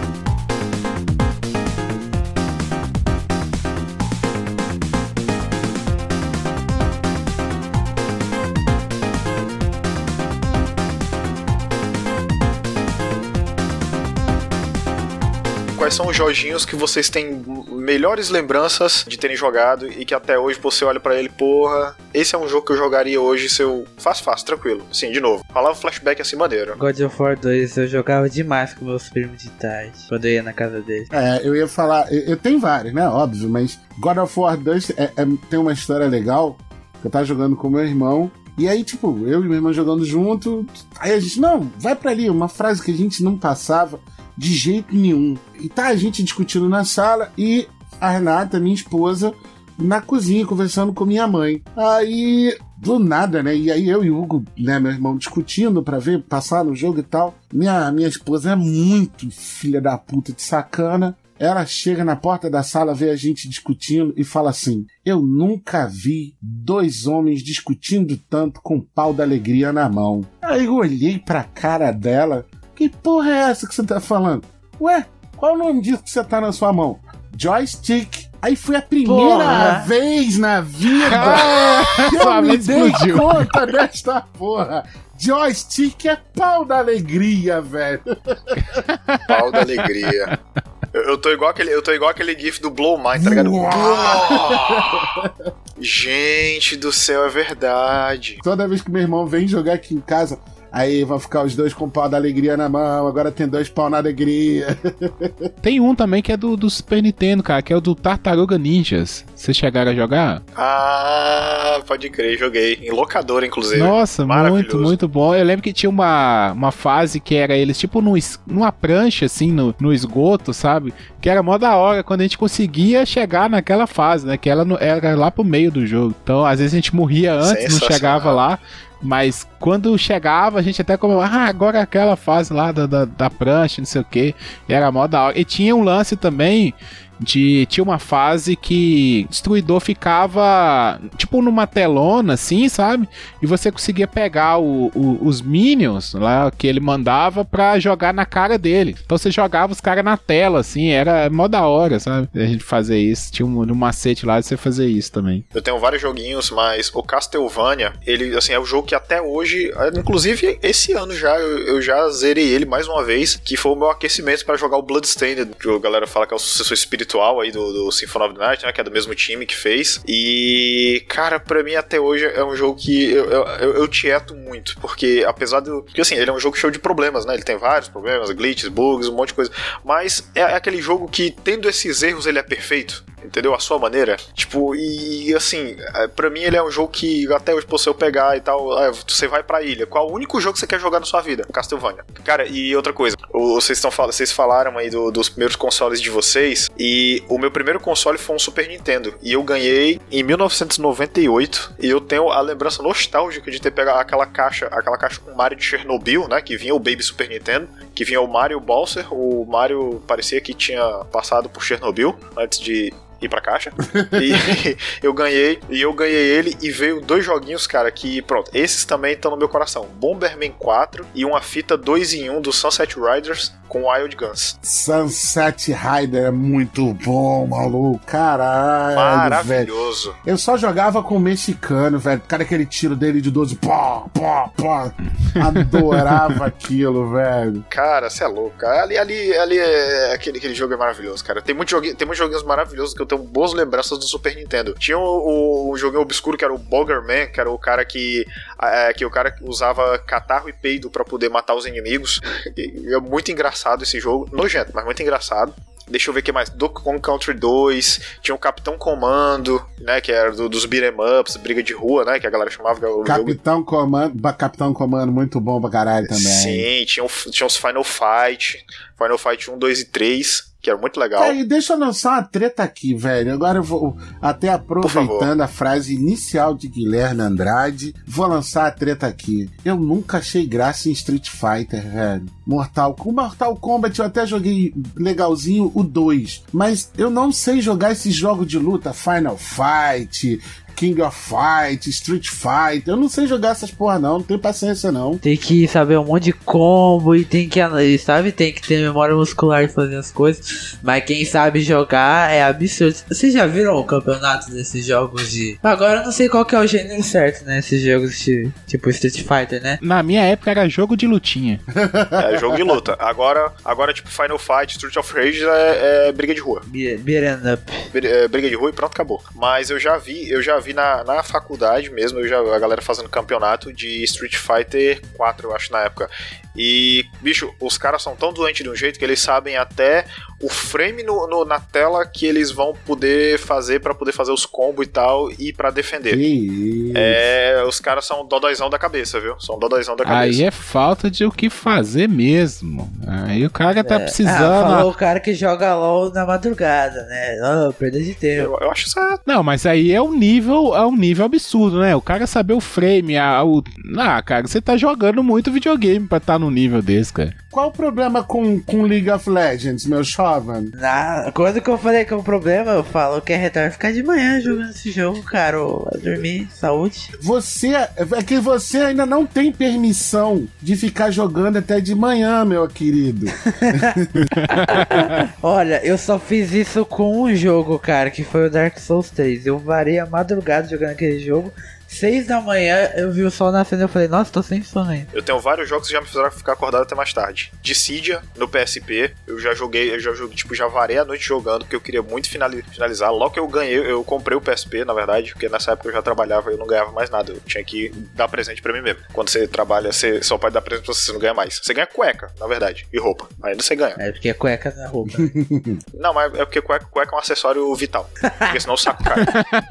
Quais são os joguinhos que vocês têm melhores lembranças de terem jogado e que até hoje você olha pra ele, porra, esse é um jogo que eu jogaria hoje se eu... Fácil, tranquilo. Assim, de novo. Falava flashback assim, maneiro. God of War 2 eu jogava demais com meus primos de tarde, quando eu ia na casa deles. Eu ia falar... Eu tenho vários, né? Óbvio, mas God of War 2 tem uma história legal, que eu tava jogando com meu irmão, e aí, tipo, eu e meu irmão jogando junto, aí a gente, não, vai pra ali, uma frase que a gente não passava de jeito nenhum. E tá a gente discutindo na sala e a Renata, minha esposa, na cozinha conversando com minha mãe. Aí, do nada, né? E aí eu e o Hugo, né, meu irmão, discutindo pra ver, passar no jogo e tal. Minha esposa é muito filha da puta de sacana. Ela chega na porta da sala, vê a gente discutindo e fala assim: eu nunca vi dois homens discutindo tanto com o pau da alegria na mão. Aí eu olhei pra cara dela. Que porra é essa que você tá falando? Ué, qual o nome disso que você tá na sua mão? Joystick. Aí foi a primeira vez na vida que eu me dei conta desta porra. Joystick é pau da alegria, velho. Pau da alegria. Eu tô igual aquele gif do Blow Mind, tá ligado? Gente do céu, é verdade. Toda vez que meu irmão vem jogar aqui em casa, aí vão ficar os dois com pau da alegria na mão, agora tem dois pau na alegria. Tem um também que é do Super Nintendo, cara, que é o do Tartaruga Ninjas. Vocês chegaram a jogar? Ah, pode crer, joguei. Em locadora, inclusive. Nossa, muito, muito bom. Eu lembro que tinha uma fase que era eles tipo numa prancha, assim, no esgoto, sabe? Que era mó da hora quando a gente conseguia chegar naquela fase, né? Que ela era lá pro meio do jogo. Então, às vezes a gente morria antes, não chegava lá. Mas quando chegava, a gente até comemorava, agora é aquela fase lá da prancha, não sei o que, era mó da hora. E tinha um lance também tinha uma fase que o destruidor ficava tipo numa telona assim, sabe? E você conseguia pegar os minions lá que ele mandava pra jogar na cara dele. Então você jogava os caras na tela, assim, era mó da hora, sabe? A gente fazer isso, tinha um macete lá de você fazer isso também. Eu tenho vários joguinhos, mas o Castlevania, ele, assim, é um jogo que até hoje, inclusive esse ano já, eu já zerei ele mais uma vez, que foi o meu aquecimento pra jogar o Bloodstained, que a galera fala que é o sucessor espiritual aí do Symphony of the Night, né, que é do mesmo time que fez. E, cara, pra mim até hoje é um jogo que eu tieto muito, porque apesar do... Porque assim, ele é um jogo cheio de problemas, né, ele tem vários problemas, glitches, bugs, um monte de coisa, mas é aquele jogo que, tendo esses erros, ele é perfeito, entendeu? A sua maneira. Tipo, e assim, pra mim ele é um jogo que até hoje, se eu pegar e tal, você vai pra ilha, qual o único jogo que você quer jogar na sua vida? Castlevania. Cara, e outra coisa, vocês falaram aí dos primeiros consoles de vocês, e o meu primeiro console foi um Super Nintendo, e eu ganhei em 1998, e eu tenho a lembrança nostálgica de ter pegado aquela caixa com o Mario de Chernobyl, né, que vinha o Baby Super Nintendo, que vinha o Mario Bowser, o Mario parecia que tinha passado por Chernobyl antes de ir pra caixa. E eu ganhei ele, e veio dois joguinhos, cara, que pronto, esses também estão no meu coração: Bomberman 4 e uma fita 2-em-1 do Sunset Riders com Wild Guns. Sunset Rider é muito bom, maluco. Caralho, maravilhoso, velho. Eu só jogava com o mexicano, velho. Cara, aquele tiro dele de 12, pó. Adorava aquilo, velho. Cara, você é louco. Ali aquele jogo é maravilhoso, cara. Tem muitos joguinhos maravilhosos que eu tenho boas lembranças do Super Nintendo. Tinha o joguinho obscuro que era o Boggerman, que era o cara que o cara usava catarro e peido pra poder matar os inimigos. E é muito engraçado esse jogo, nojento, mas muito engraçado. Deixa eu ver o que mais. Donkey Kong Country 2, tinha o Capitão Comando, né, que era dos beat'em ups, briga de rua, né, que a galera chamava o Capitão Comando, muito bom pra caralho também. Sim, tinha os Final Fight 1, 2 e 3. que era muito legal. Aí, deixa eu lançar uma treta aqui, velho. Agora eu vou, até aproveitando a frase inicial de Guilherme Andrade, vou lançar a treta aqui. Eu nunca achei graça em Street Fighter, velho. Mortal Kombat eu até joguei legalzinho o 2, mas eu não sei jogar esses jogos de luta, Final Fight, King of Fight, Street Fighter. Eu não sei jogar essas porra não tenho paciência não. Tem que saber um monte de combo e tem que, sabe, tem que ter memória muscular de fazer as coisas. Mas quem sabe jogar é absurdo. Vocês já viram o campeonato desses jogos de... Agora eu não sei qual que é o gênero certo, né? Esses jogos de, tipo Street Fighter, né? Na minha época era jogo de lutinha. É jogo de luta. Agora tipo Final Fight, Street of Rage é briga de rua. Beat'em up. Briga de rua e pronto, acabou. Mas eu já vi na faculdade mesmo, a galera fazendo campeonato de Street Fighter 4, eu acho, na época. E, bicho, os caras são tão doentes de um jeito que eles sabem até o frame na tela que eles vão poder fazer pra poder fazer os combos e tal e pra defender. Os caras são dodóizão da cabeça, viu? São dodóizão da cabeça. Aí é falta de o que fazer mesmo. Aí o cara tá precisando... falou o cara que joga LOL na madrugada, né? Não, perda de tempo. Eu acho certo. Não, mas aí é um nível absurdo, né? O cara saber o frame, cara, você tá jogando muito videogame pra estar num nível desse, cara. Qual o problema com League of Legends, meu jovem? Quando que eu falei que é um problema, eu falo que é retardo ficar de manhã jogando esse jogo, cara, ou dormir, saúde. É que você ainda não tem permissão de ficar jogando até de manhã, meu querido. Olha, eu só fiz isso com um jogo, cara, que foi o Dark Souls 3. Eu varei a madrugada jogando aquele jogo. 6 da manhã eu vi o sol nascendo e eu falei, nossa, tô sem sono ainda. Eu tenho vários jogos que já me fizeram ficar acordado até mais tarde. Dissidia no PSP, eu já joguei, tipo, já varei a noite jogando, porque eu queria muito finalizar. Logo que eu ganhei, eu comprei o PSP, na verdade, porque nessa época eu já trabalhava e eu não ganhava mais nada. Eu tinha que dar presente pra mim mesmo. Quando você trabalha, só pode dar presente pra você não ganha mais. Você ganha cueca, na verdade, e roupa. Ainda você ganha. É porque a cueca não é roupa. Não, mas é porque cueca é um acessório vital. Porque senão o saco cai.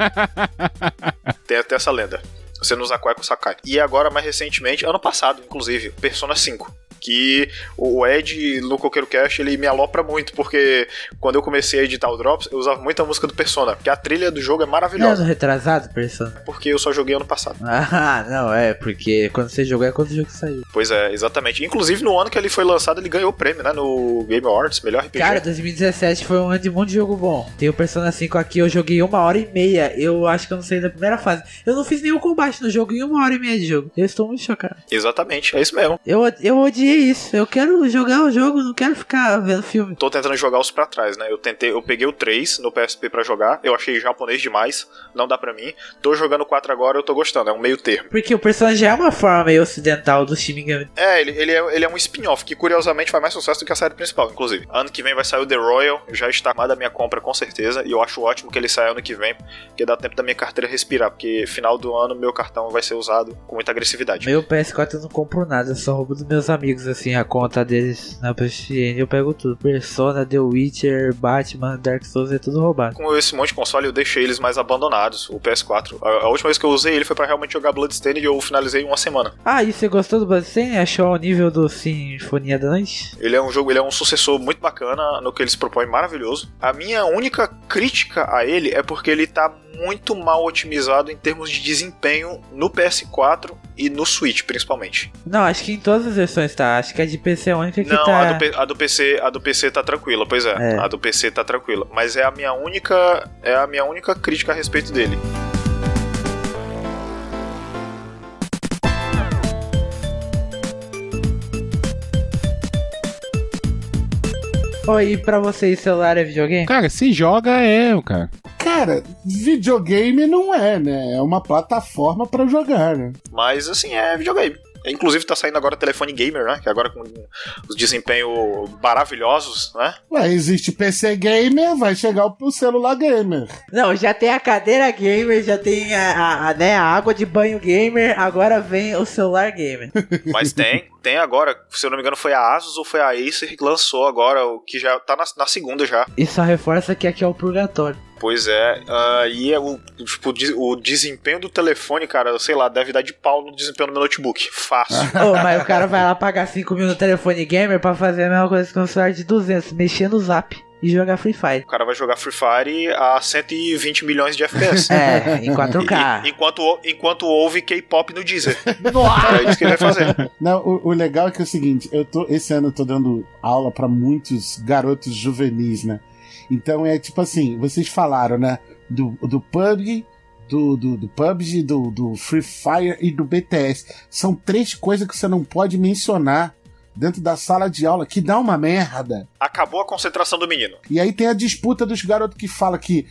Tem até essa lenda. Você não usa cueca, o saco cai. E agora, mais recentemente, ano passado, inclusive, Persona 5. Que o Ed, no Coqueiro Cast, ele me alopra muito, porque quando eu comecei a editar o Drops, eu usava muita música do Persona, porque a trilha do jogo é maravilhosa. Não, retrasado, Persona? Porque eu só joguei ano passado. Ah, não, porque quando você jogou é quando o jogo saiu. Pois é, exatamente. Inclusive, no ano que ele foi lançado, ele ganhou o prêmio, né, no Game Awards, melhor RPG. Cara, 2017 foi um ano de um monte de jogo bom. Tem o Persona 5 aqui, eu joguei 1h30, eu acho que eu não saí da primeira fase. Eu não fiz nenhum combate no jogo em 1h30 de jogo. Eu estou muito chocado. Exatamente, é isso mesmo. Eu odiei isso. Eu quero jogar o jogo, não quero ficar vendo filme. Tô tentando jogar os pra trás, né? Eu peguei o 3 no PSP pra jogar. Eu achei japonês demais, não dá pra mim. Tô jogando o 4 agora, eu tô gostando, é um meio termo. Porque o personagem é uma forma meio ocidental do Shin Megami. Ele é um spin-off, que curiosamente faz mais sucesso do que a série principal, inclusive. Ano que vem vai sair o The Royal, já está armada a minha compra com certeza. E eu acho ótimo que ele saia ano que vem, porque dá tempo da minha carteira respirar. Porque final do ano meu cartão vai ser usado com muita agressividade. Meu PS4 eu não compro nada, eu só roubo dos meus amigos, assim, a conta deles na PSN, eu pego tudo. Persona, The Witcher, Batman, Dark Souls, é tudo roubado. Com esse monte de console eu deixei eles mais abandonados, o PS4. A última vez que eu usei ele foi pra realmente jogar Bloodstained e eu finalizei em uma semana. Ah, e você gostou do Bloodstained? Achou ao nível do Sinfonia da Noite? Ele é um sucessor muito bacana no que ele se propõe, maravilhoso. A minha única crítica a ele é porque ele tá muito mal otimizado em termos de desempenho no PS4 e no Switch, principalmente. Não, acho que em todas as versões tá. Acho que a de PC é a única que não, tá... a do PC tá tranquila, pois é. A do PC tá tranquila. Mas é a minha única crítica a respeito dele. E pra vocês, celular é videogame? Cara, se joga cara. Cara, videogame não é, né? É uma plataforma pra jogar, né? Mas, assim, é videogame. Inclusive tá saindo agora telefone gamer, né? Que agora com os desempenhos maravilhosos, né? Ué, existe PC gamer, vai chegar o celular gamer. Não, já tem a cadeira gamer, já tem a água de banho gamer, agora vem o celular gamer. Mas tem agora, se eu não me engano foi a Asus ou foi a Acer que lançou agora, o que já tá na segunda já. Isso só reforça que aqui é o purgatório. Pois é, e o desempenho do telefone, cara, sei lá, deve dar de pau no desempenho do meu notebook. Fácil. Mas o cara vai lá pagar 5 mil no telefone gamer pra fazer a mesma coisa que um celular de 200, mexer no Zap. e jogar Free Fire. O cara vai jogar Free Fire a 120 milhões de FPS. Em 4K. Enquanto ouve K-pop no Deezer. Nossa! É isso que ele vai fazer. Não, o legal é que é o seguinte, esse ano eu tô dando aula pra muitos garotos juvenis, né? Então é tipo assim, vocês falaram, né? Do PUBG, do PUBG, do Free Fire e do BTS. São 3 coisas que você não pode mencionar dentro da sala de aula, que dá uma merda. Acabou a concentração do menino. E aí tem a disputa dos garotos que falam que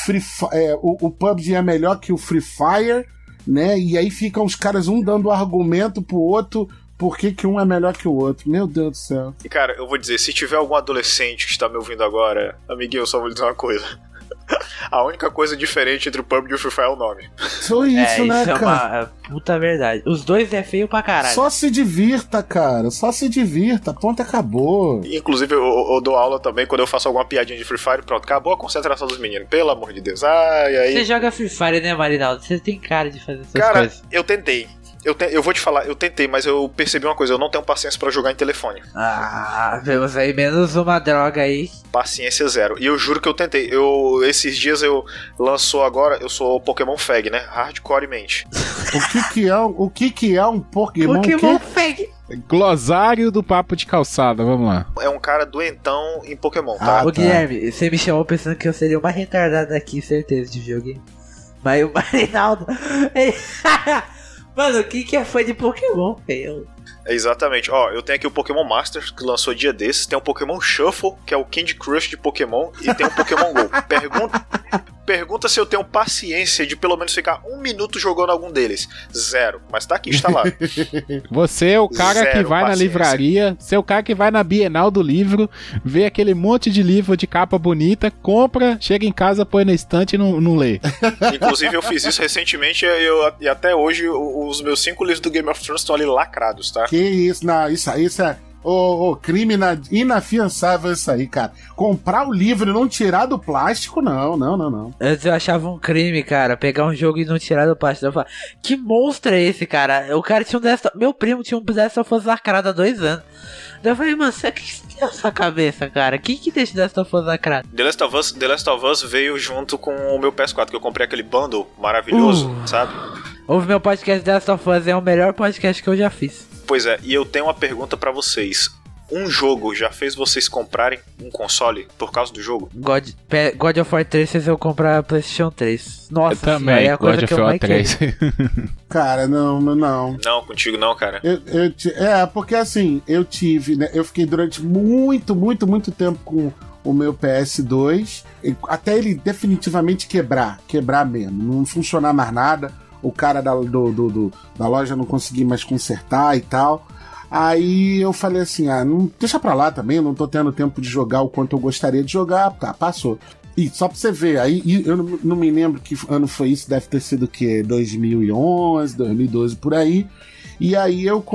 o PUBG é melhor que o Free Fire, né? E aí ficam os caras um dando argumento pro outro por que um é melhor que o outro. Meu Deus do céu. E cara, eu vou dizer, se tiver algum adolescente que está me ouvindo agora, amiguinho, eu só vou lhe dizer uma coisa. A única coisa diferente entre o PUBG e o Free Fire é o nome. Só isso, né, isso cara? É uma puta verdade. Os dois é feio pra caralho. Só se divirta, cara. Só se divirta. Ponto, acabou. Inclusive, eu dou aula também quando eu faço alguma piadinha de Free Fire. Pronto, acabou a concentração dos meninos. Pelo amor de Deus. E aí... Você joga Free Fire, né, Marinaldo? Você tem cara de fazer essas cara, coisas. Eu tentei. Eu vou te falar, eu tentei, mas eu percebi uma coisa, eu não tenho paciência pra jogar em telefone. Vemos aí menos uma droga aí. Paciência zero. E eu juro que eu tentei. Esses dias lançou agora, eu sou Pokémon Fag, né? Hardcoremente. O que é um Pokémon? Pokémon Fag. Glossário do Papo de Calçada, vamos lá. É um cara doentão em Pokémon, tá? Ô Guilherme, você me chamou pensando que eu seria uma retardada aqui, certeza, de videogame. Mas o Marinaldo... Mano, o que é fã de Pokémon, velho? Exatamente, ó, eu tenho aqui o Pokémon Masters, que lançou dia desses, tem o Pokémon Shuffle, que é o Candy Crush de Pokémon, e tem o Pokémon GO. Pergunta se eu tenho paciência de pelo menos ficar 1 minuto jogando algum deles. 0, mas tá aqui instalado. Você é o cara Zero que vai paciência. na livraria, você é o cara que vai na Bienal do livro, vê aquele monte de livro de capa bonita, compra, chega em casa, põe na estante e não lê. Inclusive eu fiz isso recentemente e até hoje os meus 5 livros do Game of Thrones estão ali lacrados, tá? Que isso, não, isso é... crime inafiançável isso aí, cara. Comprar o livro e não tirar do plástico, não. Antes eu achava um crime, cara, pegar um jogo e não tirar do plástico. Eu falava, que monstro é esse, cara? O cara tinha meu primo tinha um Last of Us lacrado há 2 anos. Daí eu falei, mano, o que tem na sua cabeça, cara? Quem que deixa Last of Us lacrado? The Last of Us veio junto com o meu PS4, que eu comprei aquele bundle maravilhoso, sabe? Ouve meu podcast The Last of Us, é o melhor podcast que eu já fiz. Pois é, e eu tenho uma pergunta pra vocês. Um jogo já fez vocês comprarem um console por causa do jogo? God of War 3 fez eu comprar PlayStation 3. Nossa, eu também, é a coisa God que of eu War mais 3. Cara, não. Não, contigo não, cara. Porque assim, eu tive, né? Eu fiquei durante muito tempo com o meu PS2, até ele definitivamente quebrar mesmo, não funcionar mais nada. O cara da loja não conseguia mais consertar e tal. Aí eu falei assim, não, deixa pra lá também, eu não tô tendo tempo de jogar o quanto eu gostaria de jogar. Tá, passou. E só pra você ver, aí eu não me lembro que ano foi isso, deve ter sido o quê? 2011, 2012, por aí. E aí eu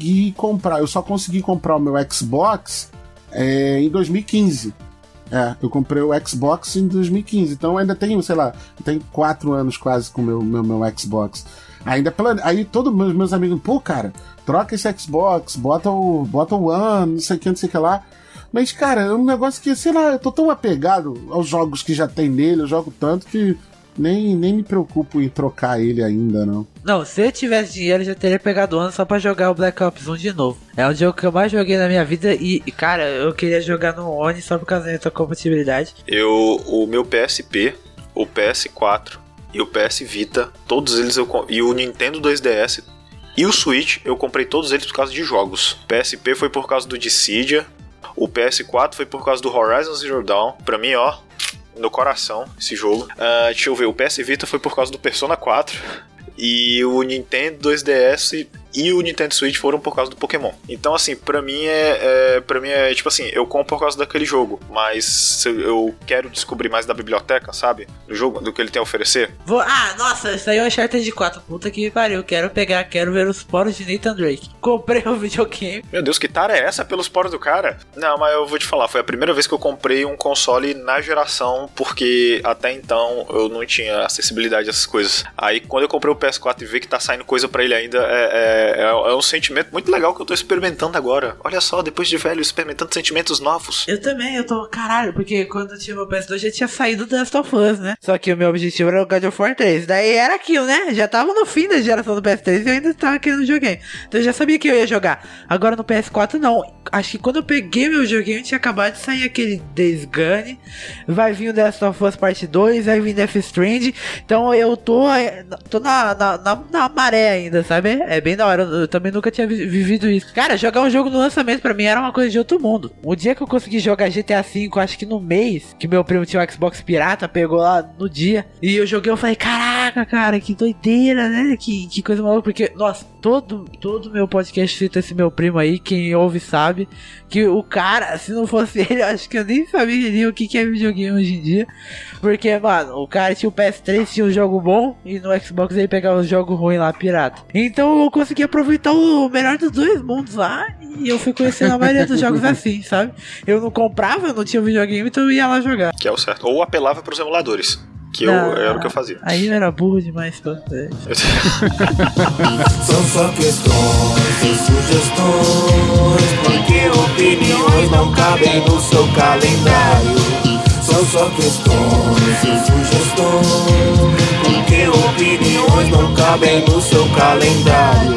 só consegui comprar o meu Xbox em 2015. Eu comprei o Xbox em 2015, então ainda tenho, sei lá, tenho 4 anos quase com o meu Xbox. Aí todos meus amigos, pô, cara, troca esse Xbox, bota o One, não sei o que lá. Mas, cara, é um negócio que, sei lá, eu tô tão apegado aos jogos que já tem nele, eu jogo tanto que nem me preocupo em trocar ele ainda, não. Não, se eu tivesse dinheiro, eu já teria pegado o ano só pra jogar o Black Ops 1 de novo. É um jogo que eu mais joguei na minha vida e, cara, eu queria jogar no One só por causa da compatibilidade. O meu PSP, o PS4 e o PS Vita, todos eles e o Nintendo 2DS e o Switch, eu comprei todos eles por causa de jogos. O PSP foi por causa do Dissidia, o PS4 foi por causa do Horizon Zero Dawn, pra mim, ó, no coração, esse jogo. Deixa eu ver, o PS Vita foi por causa do Persona 4 e o Nintendo 2DS e o Nintendo Switch foram por causa do Pokémon. Então, assim, pra mim é tipo assim, eu compro por causa daquele jogo, mas se eu quero descobrir mais da biblioteca, sabe? Do jogo, do que ele tem a oferecer. Nossa, isso aí é o Uncharted 4, puta que me pariu. Quero ver os poros de Nathan Drake. Comprei o videogame. Meu Deus, que tara é essa pelos poros do cara? Não, mas eu vou te falar, foi a primeira vez que eu comprei um console na geração, porque até então eu não tinha acessibilidade a essas coisas. Aí quando eu comprei o PS4 e vi que tá saindo coisa pra ele ainda, É um sentimento muito legal que eu tô experimentando agora. Olha só, depois de velho, experimentando sentimentos novos. Eu também, eu tô, caralho, porque quando eu tinha meu PS2 já tinha saído do Last of Us, né? Só que o meu objetivo era o God of War 3. Daí era aquilo, né? Já tava no fim da geração do PS3 e eu ainda tava querendo jogar. Então eu já sabia que eu ia jogar. Agora no PS4 não. Acho que quando eu peguei meu joguinho tinha acabado de sair aquele Days Gone. Vai vir o The Last of Us Part 2, vai vir Death Stranding. Então eu tô na maré ainda, sabe? É bem da hora. Eu também nunca tinha vivido isso. Cara, jogar um jogo no lançamento pra mim era uma coisa de outro mundo. Um dia que eu consegui jogar GTA V, acho que no mês que meu primo tinha o Xbox pirata, pegou lá no dia, e eu joguei, eu falei, caraca, cara, que doideira, né? Que coisa maluca, porque, nossa, todo meu podcast cita esse meu primo aí, quem ouve sabe, que o cara, se não fosse ele, eu acho que eu nem sabia o que é videogame hoje em dia, porque, mano, o cara tinha o PS3, tinha um jogo bom, e no Xbox ele pegava os jogos ruins lá, pirata. Então eu consegui aproveitar o melhor dos dois mundos lá, e eu fui conhecendo a maioria dos jogos assim, sabe? Eu não comprava, eu não tinha videogame, então eu ia lá jogar. Que é o certo. Ou apelava pros emuladores. Que era o que eu fazia. Aí eu era burro demais pra São só questões e sugestões, porque opiniões não cabem no seu calendário. São só questões e sugestões, porque opiniões não cabem no seu calendário.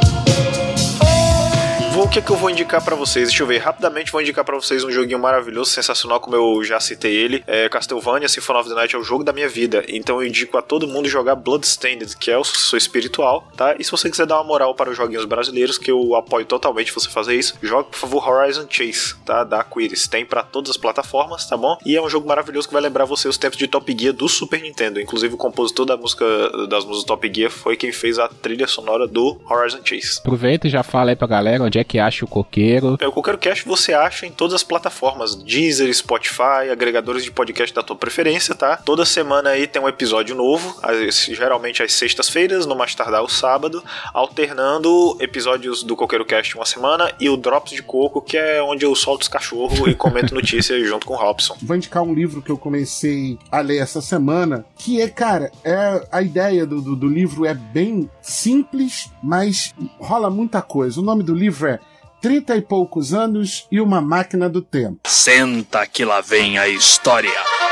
O que é que eu vou indicar pra vocês? Deixa eu ver, rapidamente vou indicar pra vocês um joguinho maravilhoso, sensacional, como eu já citei ele. Castlevania Symphony of the Night é o jogo da minha vida, então eu indico a todo mundo jogar Bloodstained, que é o seu espiritual, tá? E se você quiser dar uma moral para os joguinhos brasileiros, que eu apoio totalmente você fazer isso, jogue, por favor, Horizon Chase, tá? Da Aquiris. Tem pra todas as plataformas, tá bom? E é um jogo maravilhoso que vai lembrar você os tempos de Top Gear do Super Nintendo. Inclusive o compositor das músicas do Top Gear foi quem fez a trilha sonora do Horizon Chase. Aproveita e já fala aí pra galera onde é que acha o Coqueiro. O Coqueiro Cast você acha em todas as plataformas, Deezer, Spotify, agregadores de podcast da tua preferência, tá? Toda semana aí tem um episódio novo, geralmente às sextas-feiras, no mais tardar o sábado, alternando episódios do Coqueiro Cast uma semana e o Drops de Coco, que é onde eu solto os cachorros e comento notícias junto com o Robson. Vou indicar um livro que eu comecei a ler essa semana, que a ideia do livro é bem simples, mas rola muita coisa. O nome do livro é 30 e poucos anos e uma máquina do tempo. Senta que lá vem a história.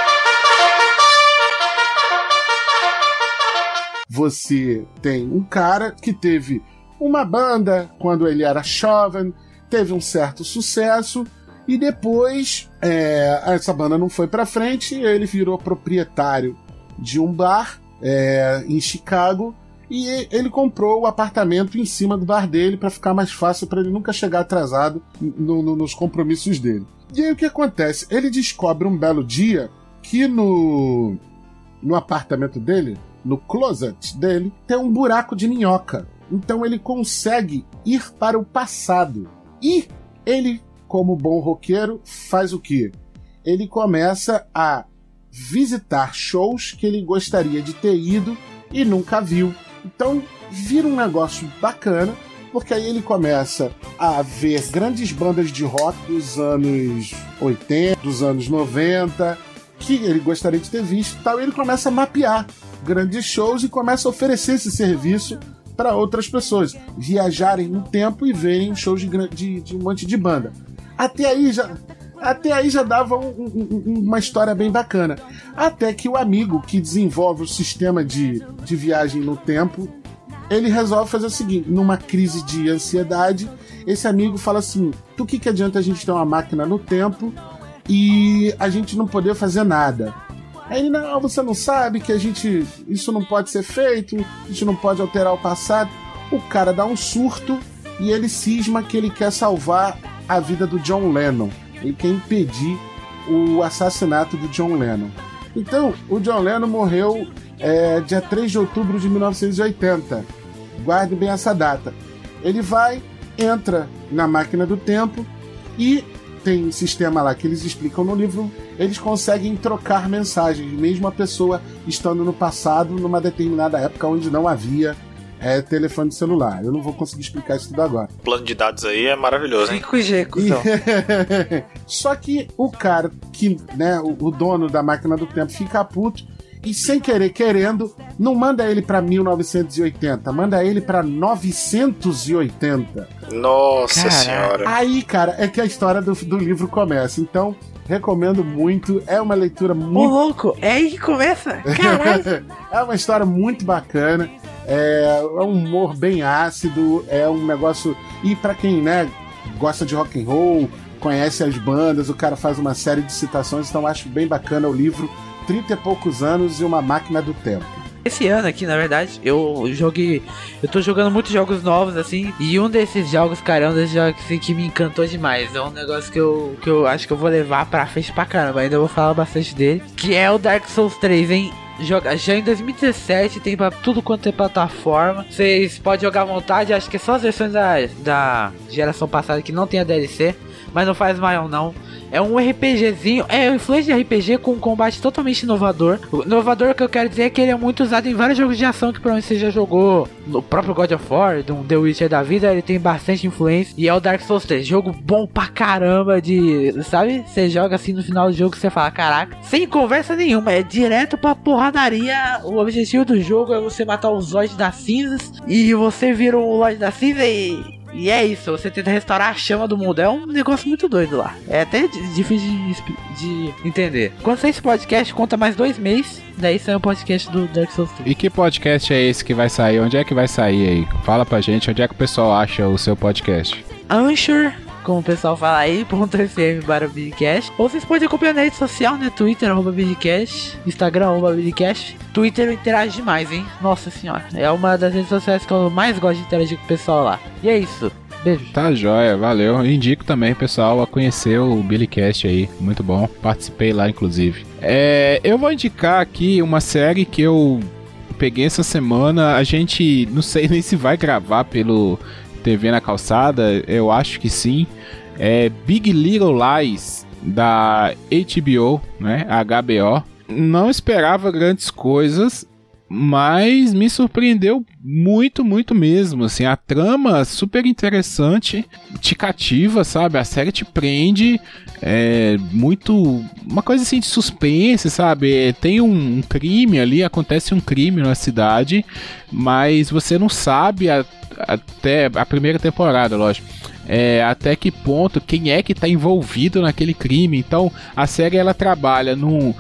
Você tem um cara que teve uma banda quando ele era jovem, teve um certo sucesso, e depois essa banda não foi pra frente, ele virou proprietário de um bar em Chicago, e ele comprou o apartamento em cima do bar dele para ficar mais fácil, para ele nunca chegar atrasado nos compromissos dele. E aí o que acontece? Ele descobre um belo dia que no apartamento dele, no closet dele, tem um buraco de minhoca. Então ele consegue ir para o passado. E ele, como bom roqueiro, faz o quê? Ele começa a visitar shows que ele gostaria de ter ido e nunca viu. Então vira um negócio bacana, porque aí ele começa a ver grandes bandas de rock dos anos 80, dos anos 90, que ele gostaria de ter visto e tal, e ele começa a mapear grandes shows e começa a oferecer esse serviço para outras pessoas viajarem no tempo e verem shows de um monte de banda. Até aí já dava uma história bem bacana. Até que o amigo que desenvolve o sistema de viagem no tempo, ele resolve fazer o seguinte: numa crise de ansiedade, esse amigo fala assim: do que adianta a gente ter uma máquina no tempo e a gente não poder fazer nada? Aí ele: não, você não sabe que isso não pode ser feito, a gente não pode alterar o passado. O cara dá um surto e ele cisma que ele quer salvar a vida do John Lennon. Ele quer impedir o assassinato do John Lennon. Então, o John Lennon morreu dia 3 de outubro de 1980. Guarde bem essa data. Ele entra na máquina do tempo e tem um sistema lá que eles explicam no livro. Eles conseguem trocar mensagens, mesmo a pessoa estando no passado, numa determinada época onde não havia telefone celular. Eu não vou conseguir explicar isso tudo agora. O plano de dados aí é maravilhoso, hein? 5G, cuzão. Só que o cara, o dono da máquina do tempo, fica puto e sem querer, querendo, não manda ele pra 1980, manda ele pra 980. Nossa senhora. Aí, cara, é que a história do livro começa. Então, recomendo muito. É uma leitura muito... Ô, louco, é aí que começa? Caralho. É uma história muito bacana. É um humor bem ácido. É um negócio... E pra quem, né, gosta de rock and roll, conhece as bandas, o cara faz uma série de citações. Então, acho bem bacana o livro. 30 e poucos anos e uma máquina do tempo. Esse ano aqui, na verdade, eu tô jogando muitos jogos novos, assim, e um desses jogos, cara, é um desses jogos assim, que me encantou demais. É um negócio que eu acho que eu vou levar pra frente pra caramba, ainda vou falar bastante dele, que é o Dark Souls 3, hein? Já em 2017 tem pra tudo quanto é plataforma. Vocês podem jogar à vontade. Acho que é só as versões da geração passada que não tem a DLC, mas não faz mal não. É um RPGzinho, é influência de RPG com um combate totalmente inovador. O inovador que eu quero dizer é que ele é muito usado em vários jogos de ação que provavelmente você já jogou. No próprio God of War, do The Witcher da vida, ele tem bastante influência. E é o Dark Souls 3, jogo bom pra caramba sabe? Você joga assim no final do jogo, você fala, caraca, sem conversa nenhuma, é direto pra porradaria. O objetivo do jogo é você matar os Lords das Cinzas. E você vira um Lorde da Cinza e é isso, você tenta restaurar a chama do mundo. É um negócio muito doido lá. É até difícil de entender. Quando sair esse podcast, conta mais 2 meses. Daí sai o podcast do Dark Souls 3. E que podcast é esse que vai sair? Onde é que vai sair aí? Fala pra gente, onde é que o pessoal acha o seu podcast? Anchor, como o pessoal fala aí, .fm/Bidcast. Ou vocês podem acompanhar na rede social, né? Twitter, @Bidcast, Instagram, @Bidcast. Twitter interage demais, hein? Nossa senhora. É uma das redes sociais que eu mais gosto de interagir com o pessoal lá. E é isso. Beijo. Tá joia, valeu. Indico também, pessoal, a conhecer o Billycast aí. Muito bom. Participei lá, inclusive. Eu vou indicar aqui uma série que eu peguei essa semana. A gente não sei nem se vai gravar pelo TV na Calçada. Eu acho que sim. É Big Little Lies, da HBO, né? HBO. Não esperava grandes coisas, mas me surpreendeu muito, muito mesmo, assim, a trama super interessante, te cativa, sabe, a série te prende, muito, uma coisa assim de suspense, sabe, tem um crime ali, acontece um crime na cidade, mas você não sabe até a primeira temporada, lógico, até que ponto, quem é que tá envolvido naquele crime. Então a série ela trabalha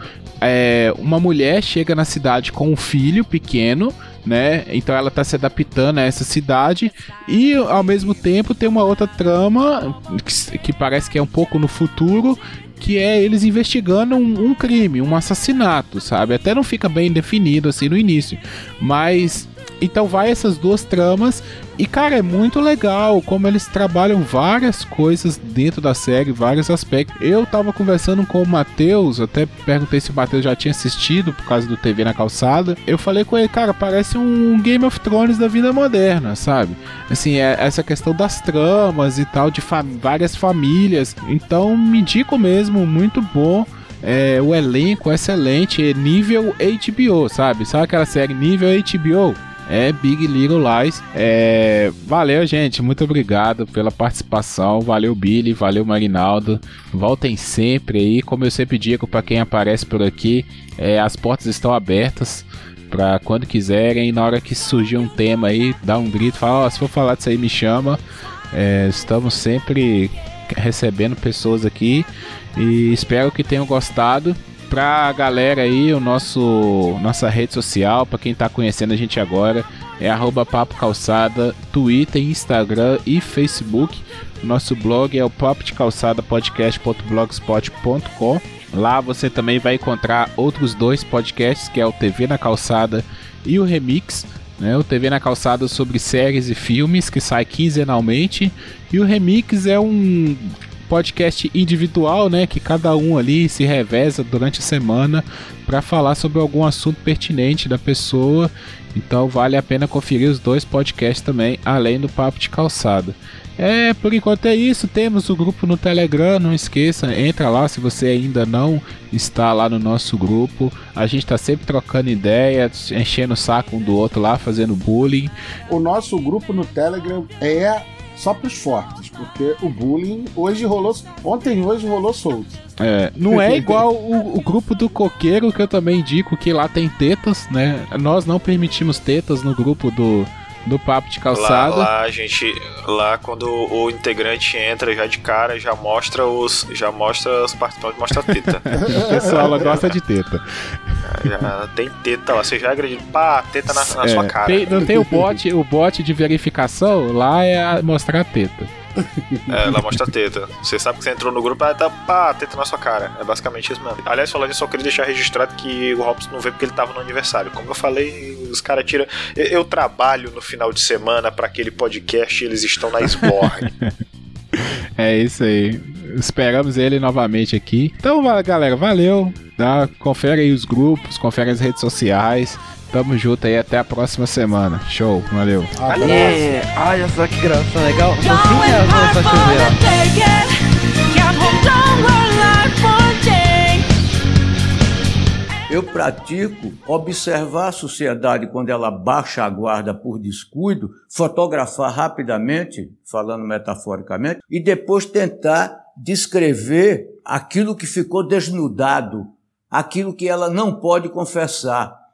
uma mulher chega na cidade com um filho pequeno, né? Então ela tá se adaptando a essa cidade e ao mesmo tempo tem uma outra trama que parece que é um pouco no futuro, que é eles investigando um crime, um assassinato, sabe? Até não fica bem definido assim no início, mas então vai essas duas tramas. E cara, é muito legal como eles trabalham várias coisas dentro da série, vários aspectos. Eu tava conversando com o Matheus, até perguntei se o Matheus já tinha assistido por causa do TV na Calçada. Eu falei com ele, cara, parece um Game of Thrones da vida moderna, sabe? Assim, essa questão das tramas e tal, de várias famílias. Então me indico mesmo, muito bom. O elenco é excelente, nível HBO, sabe? Sabe aquela série nível HBO? Big Little Lies. Valeu, gente, muito obrigado pela participação. Valeu, Billy, valeu, Marinaldo. Voltem sempre aí, como eu sempre digo para quem aparece por aqui, as portas estão abertas para quando quiserem. Na hora que surgir um tema aí, dá um grito, fala, se for falar disso aí, me chama. Estamos sempre recebendo pessoas aqui e espero que tenham gostado. Pra galera aí, nossa rede social, pra quem tá conhecendo a gente agora, é @papocalçada, Twitter, Instagram e Facebook. Nosso blog é o papodecalçadapodcast.blogspot.com. Lá você também vai encontrar outros 2 podcasts, que é o TV na Calçada e o Remix, né? O TV na Calçada sobre séries e filmes, que sai quinzenalmente, e o Remix é um podcast individual, né, que cada um ali se reveza durante a semana para falar sobre algum assunto pertinente da pessoa. Então vale a pena conferir os 2 podcasts também, além do Papo de Calçada. Por enquanto é isso. Temos o grupo no Telegram, não esqueça, entra lá se você ainda não está lá no nosso grupo. A gente tá sempre trocando ideia, enchendo o saco um do outro lá, fazendo bullying. O nosso grupo no Telegram é só pros fortes, porque o bullying ontem e hoje rolou solto. Não é igual o grupo do Coqueiro, que eu também indico que lá tem tetas, né? Nós não permitimos tetas no grupo do Papo de Calçada. Lá, gente, quando o integrante entra já de cara, já mostra os participantes, mostra a teta. O pessoal ela gosta de teta. Já tem teta lá, você já agredido, pá, teta na sua cara. Não tem o bot de verificação, lá é mostrar a teta. Ela mostra a teta. Você sabe que você entrou no grupo, tá pá, teta na sua cara. É basicamente isso mesmo. Aliás, falando isso, só queria deixar registrado que o Robson não veio porque ele tava no aniversário. Como eu falei, os caras tiram. Eu trabalho no final de semana pra aquele podcast e eles estão na esborre. É isso aí. Esperamos ele novamente aqui. Então, galera, valeu. Tá? Confere aí os grupos, confere as redes sociais. Tamo junto aí, até a próxima semana. Show, valeu. Olha só que graça legal. No fim é só chover. Eu pratico observar a sociedade quando ela baixa a guarda por descuido, fotografar rapidamente, falando metaforicamente, e depois tentar descrever aquilo que ficou desnudado, aquilo que ela não pode confessar.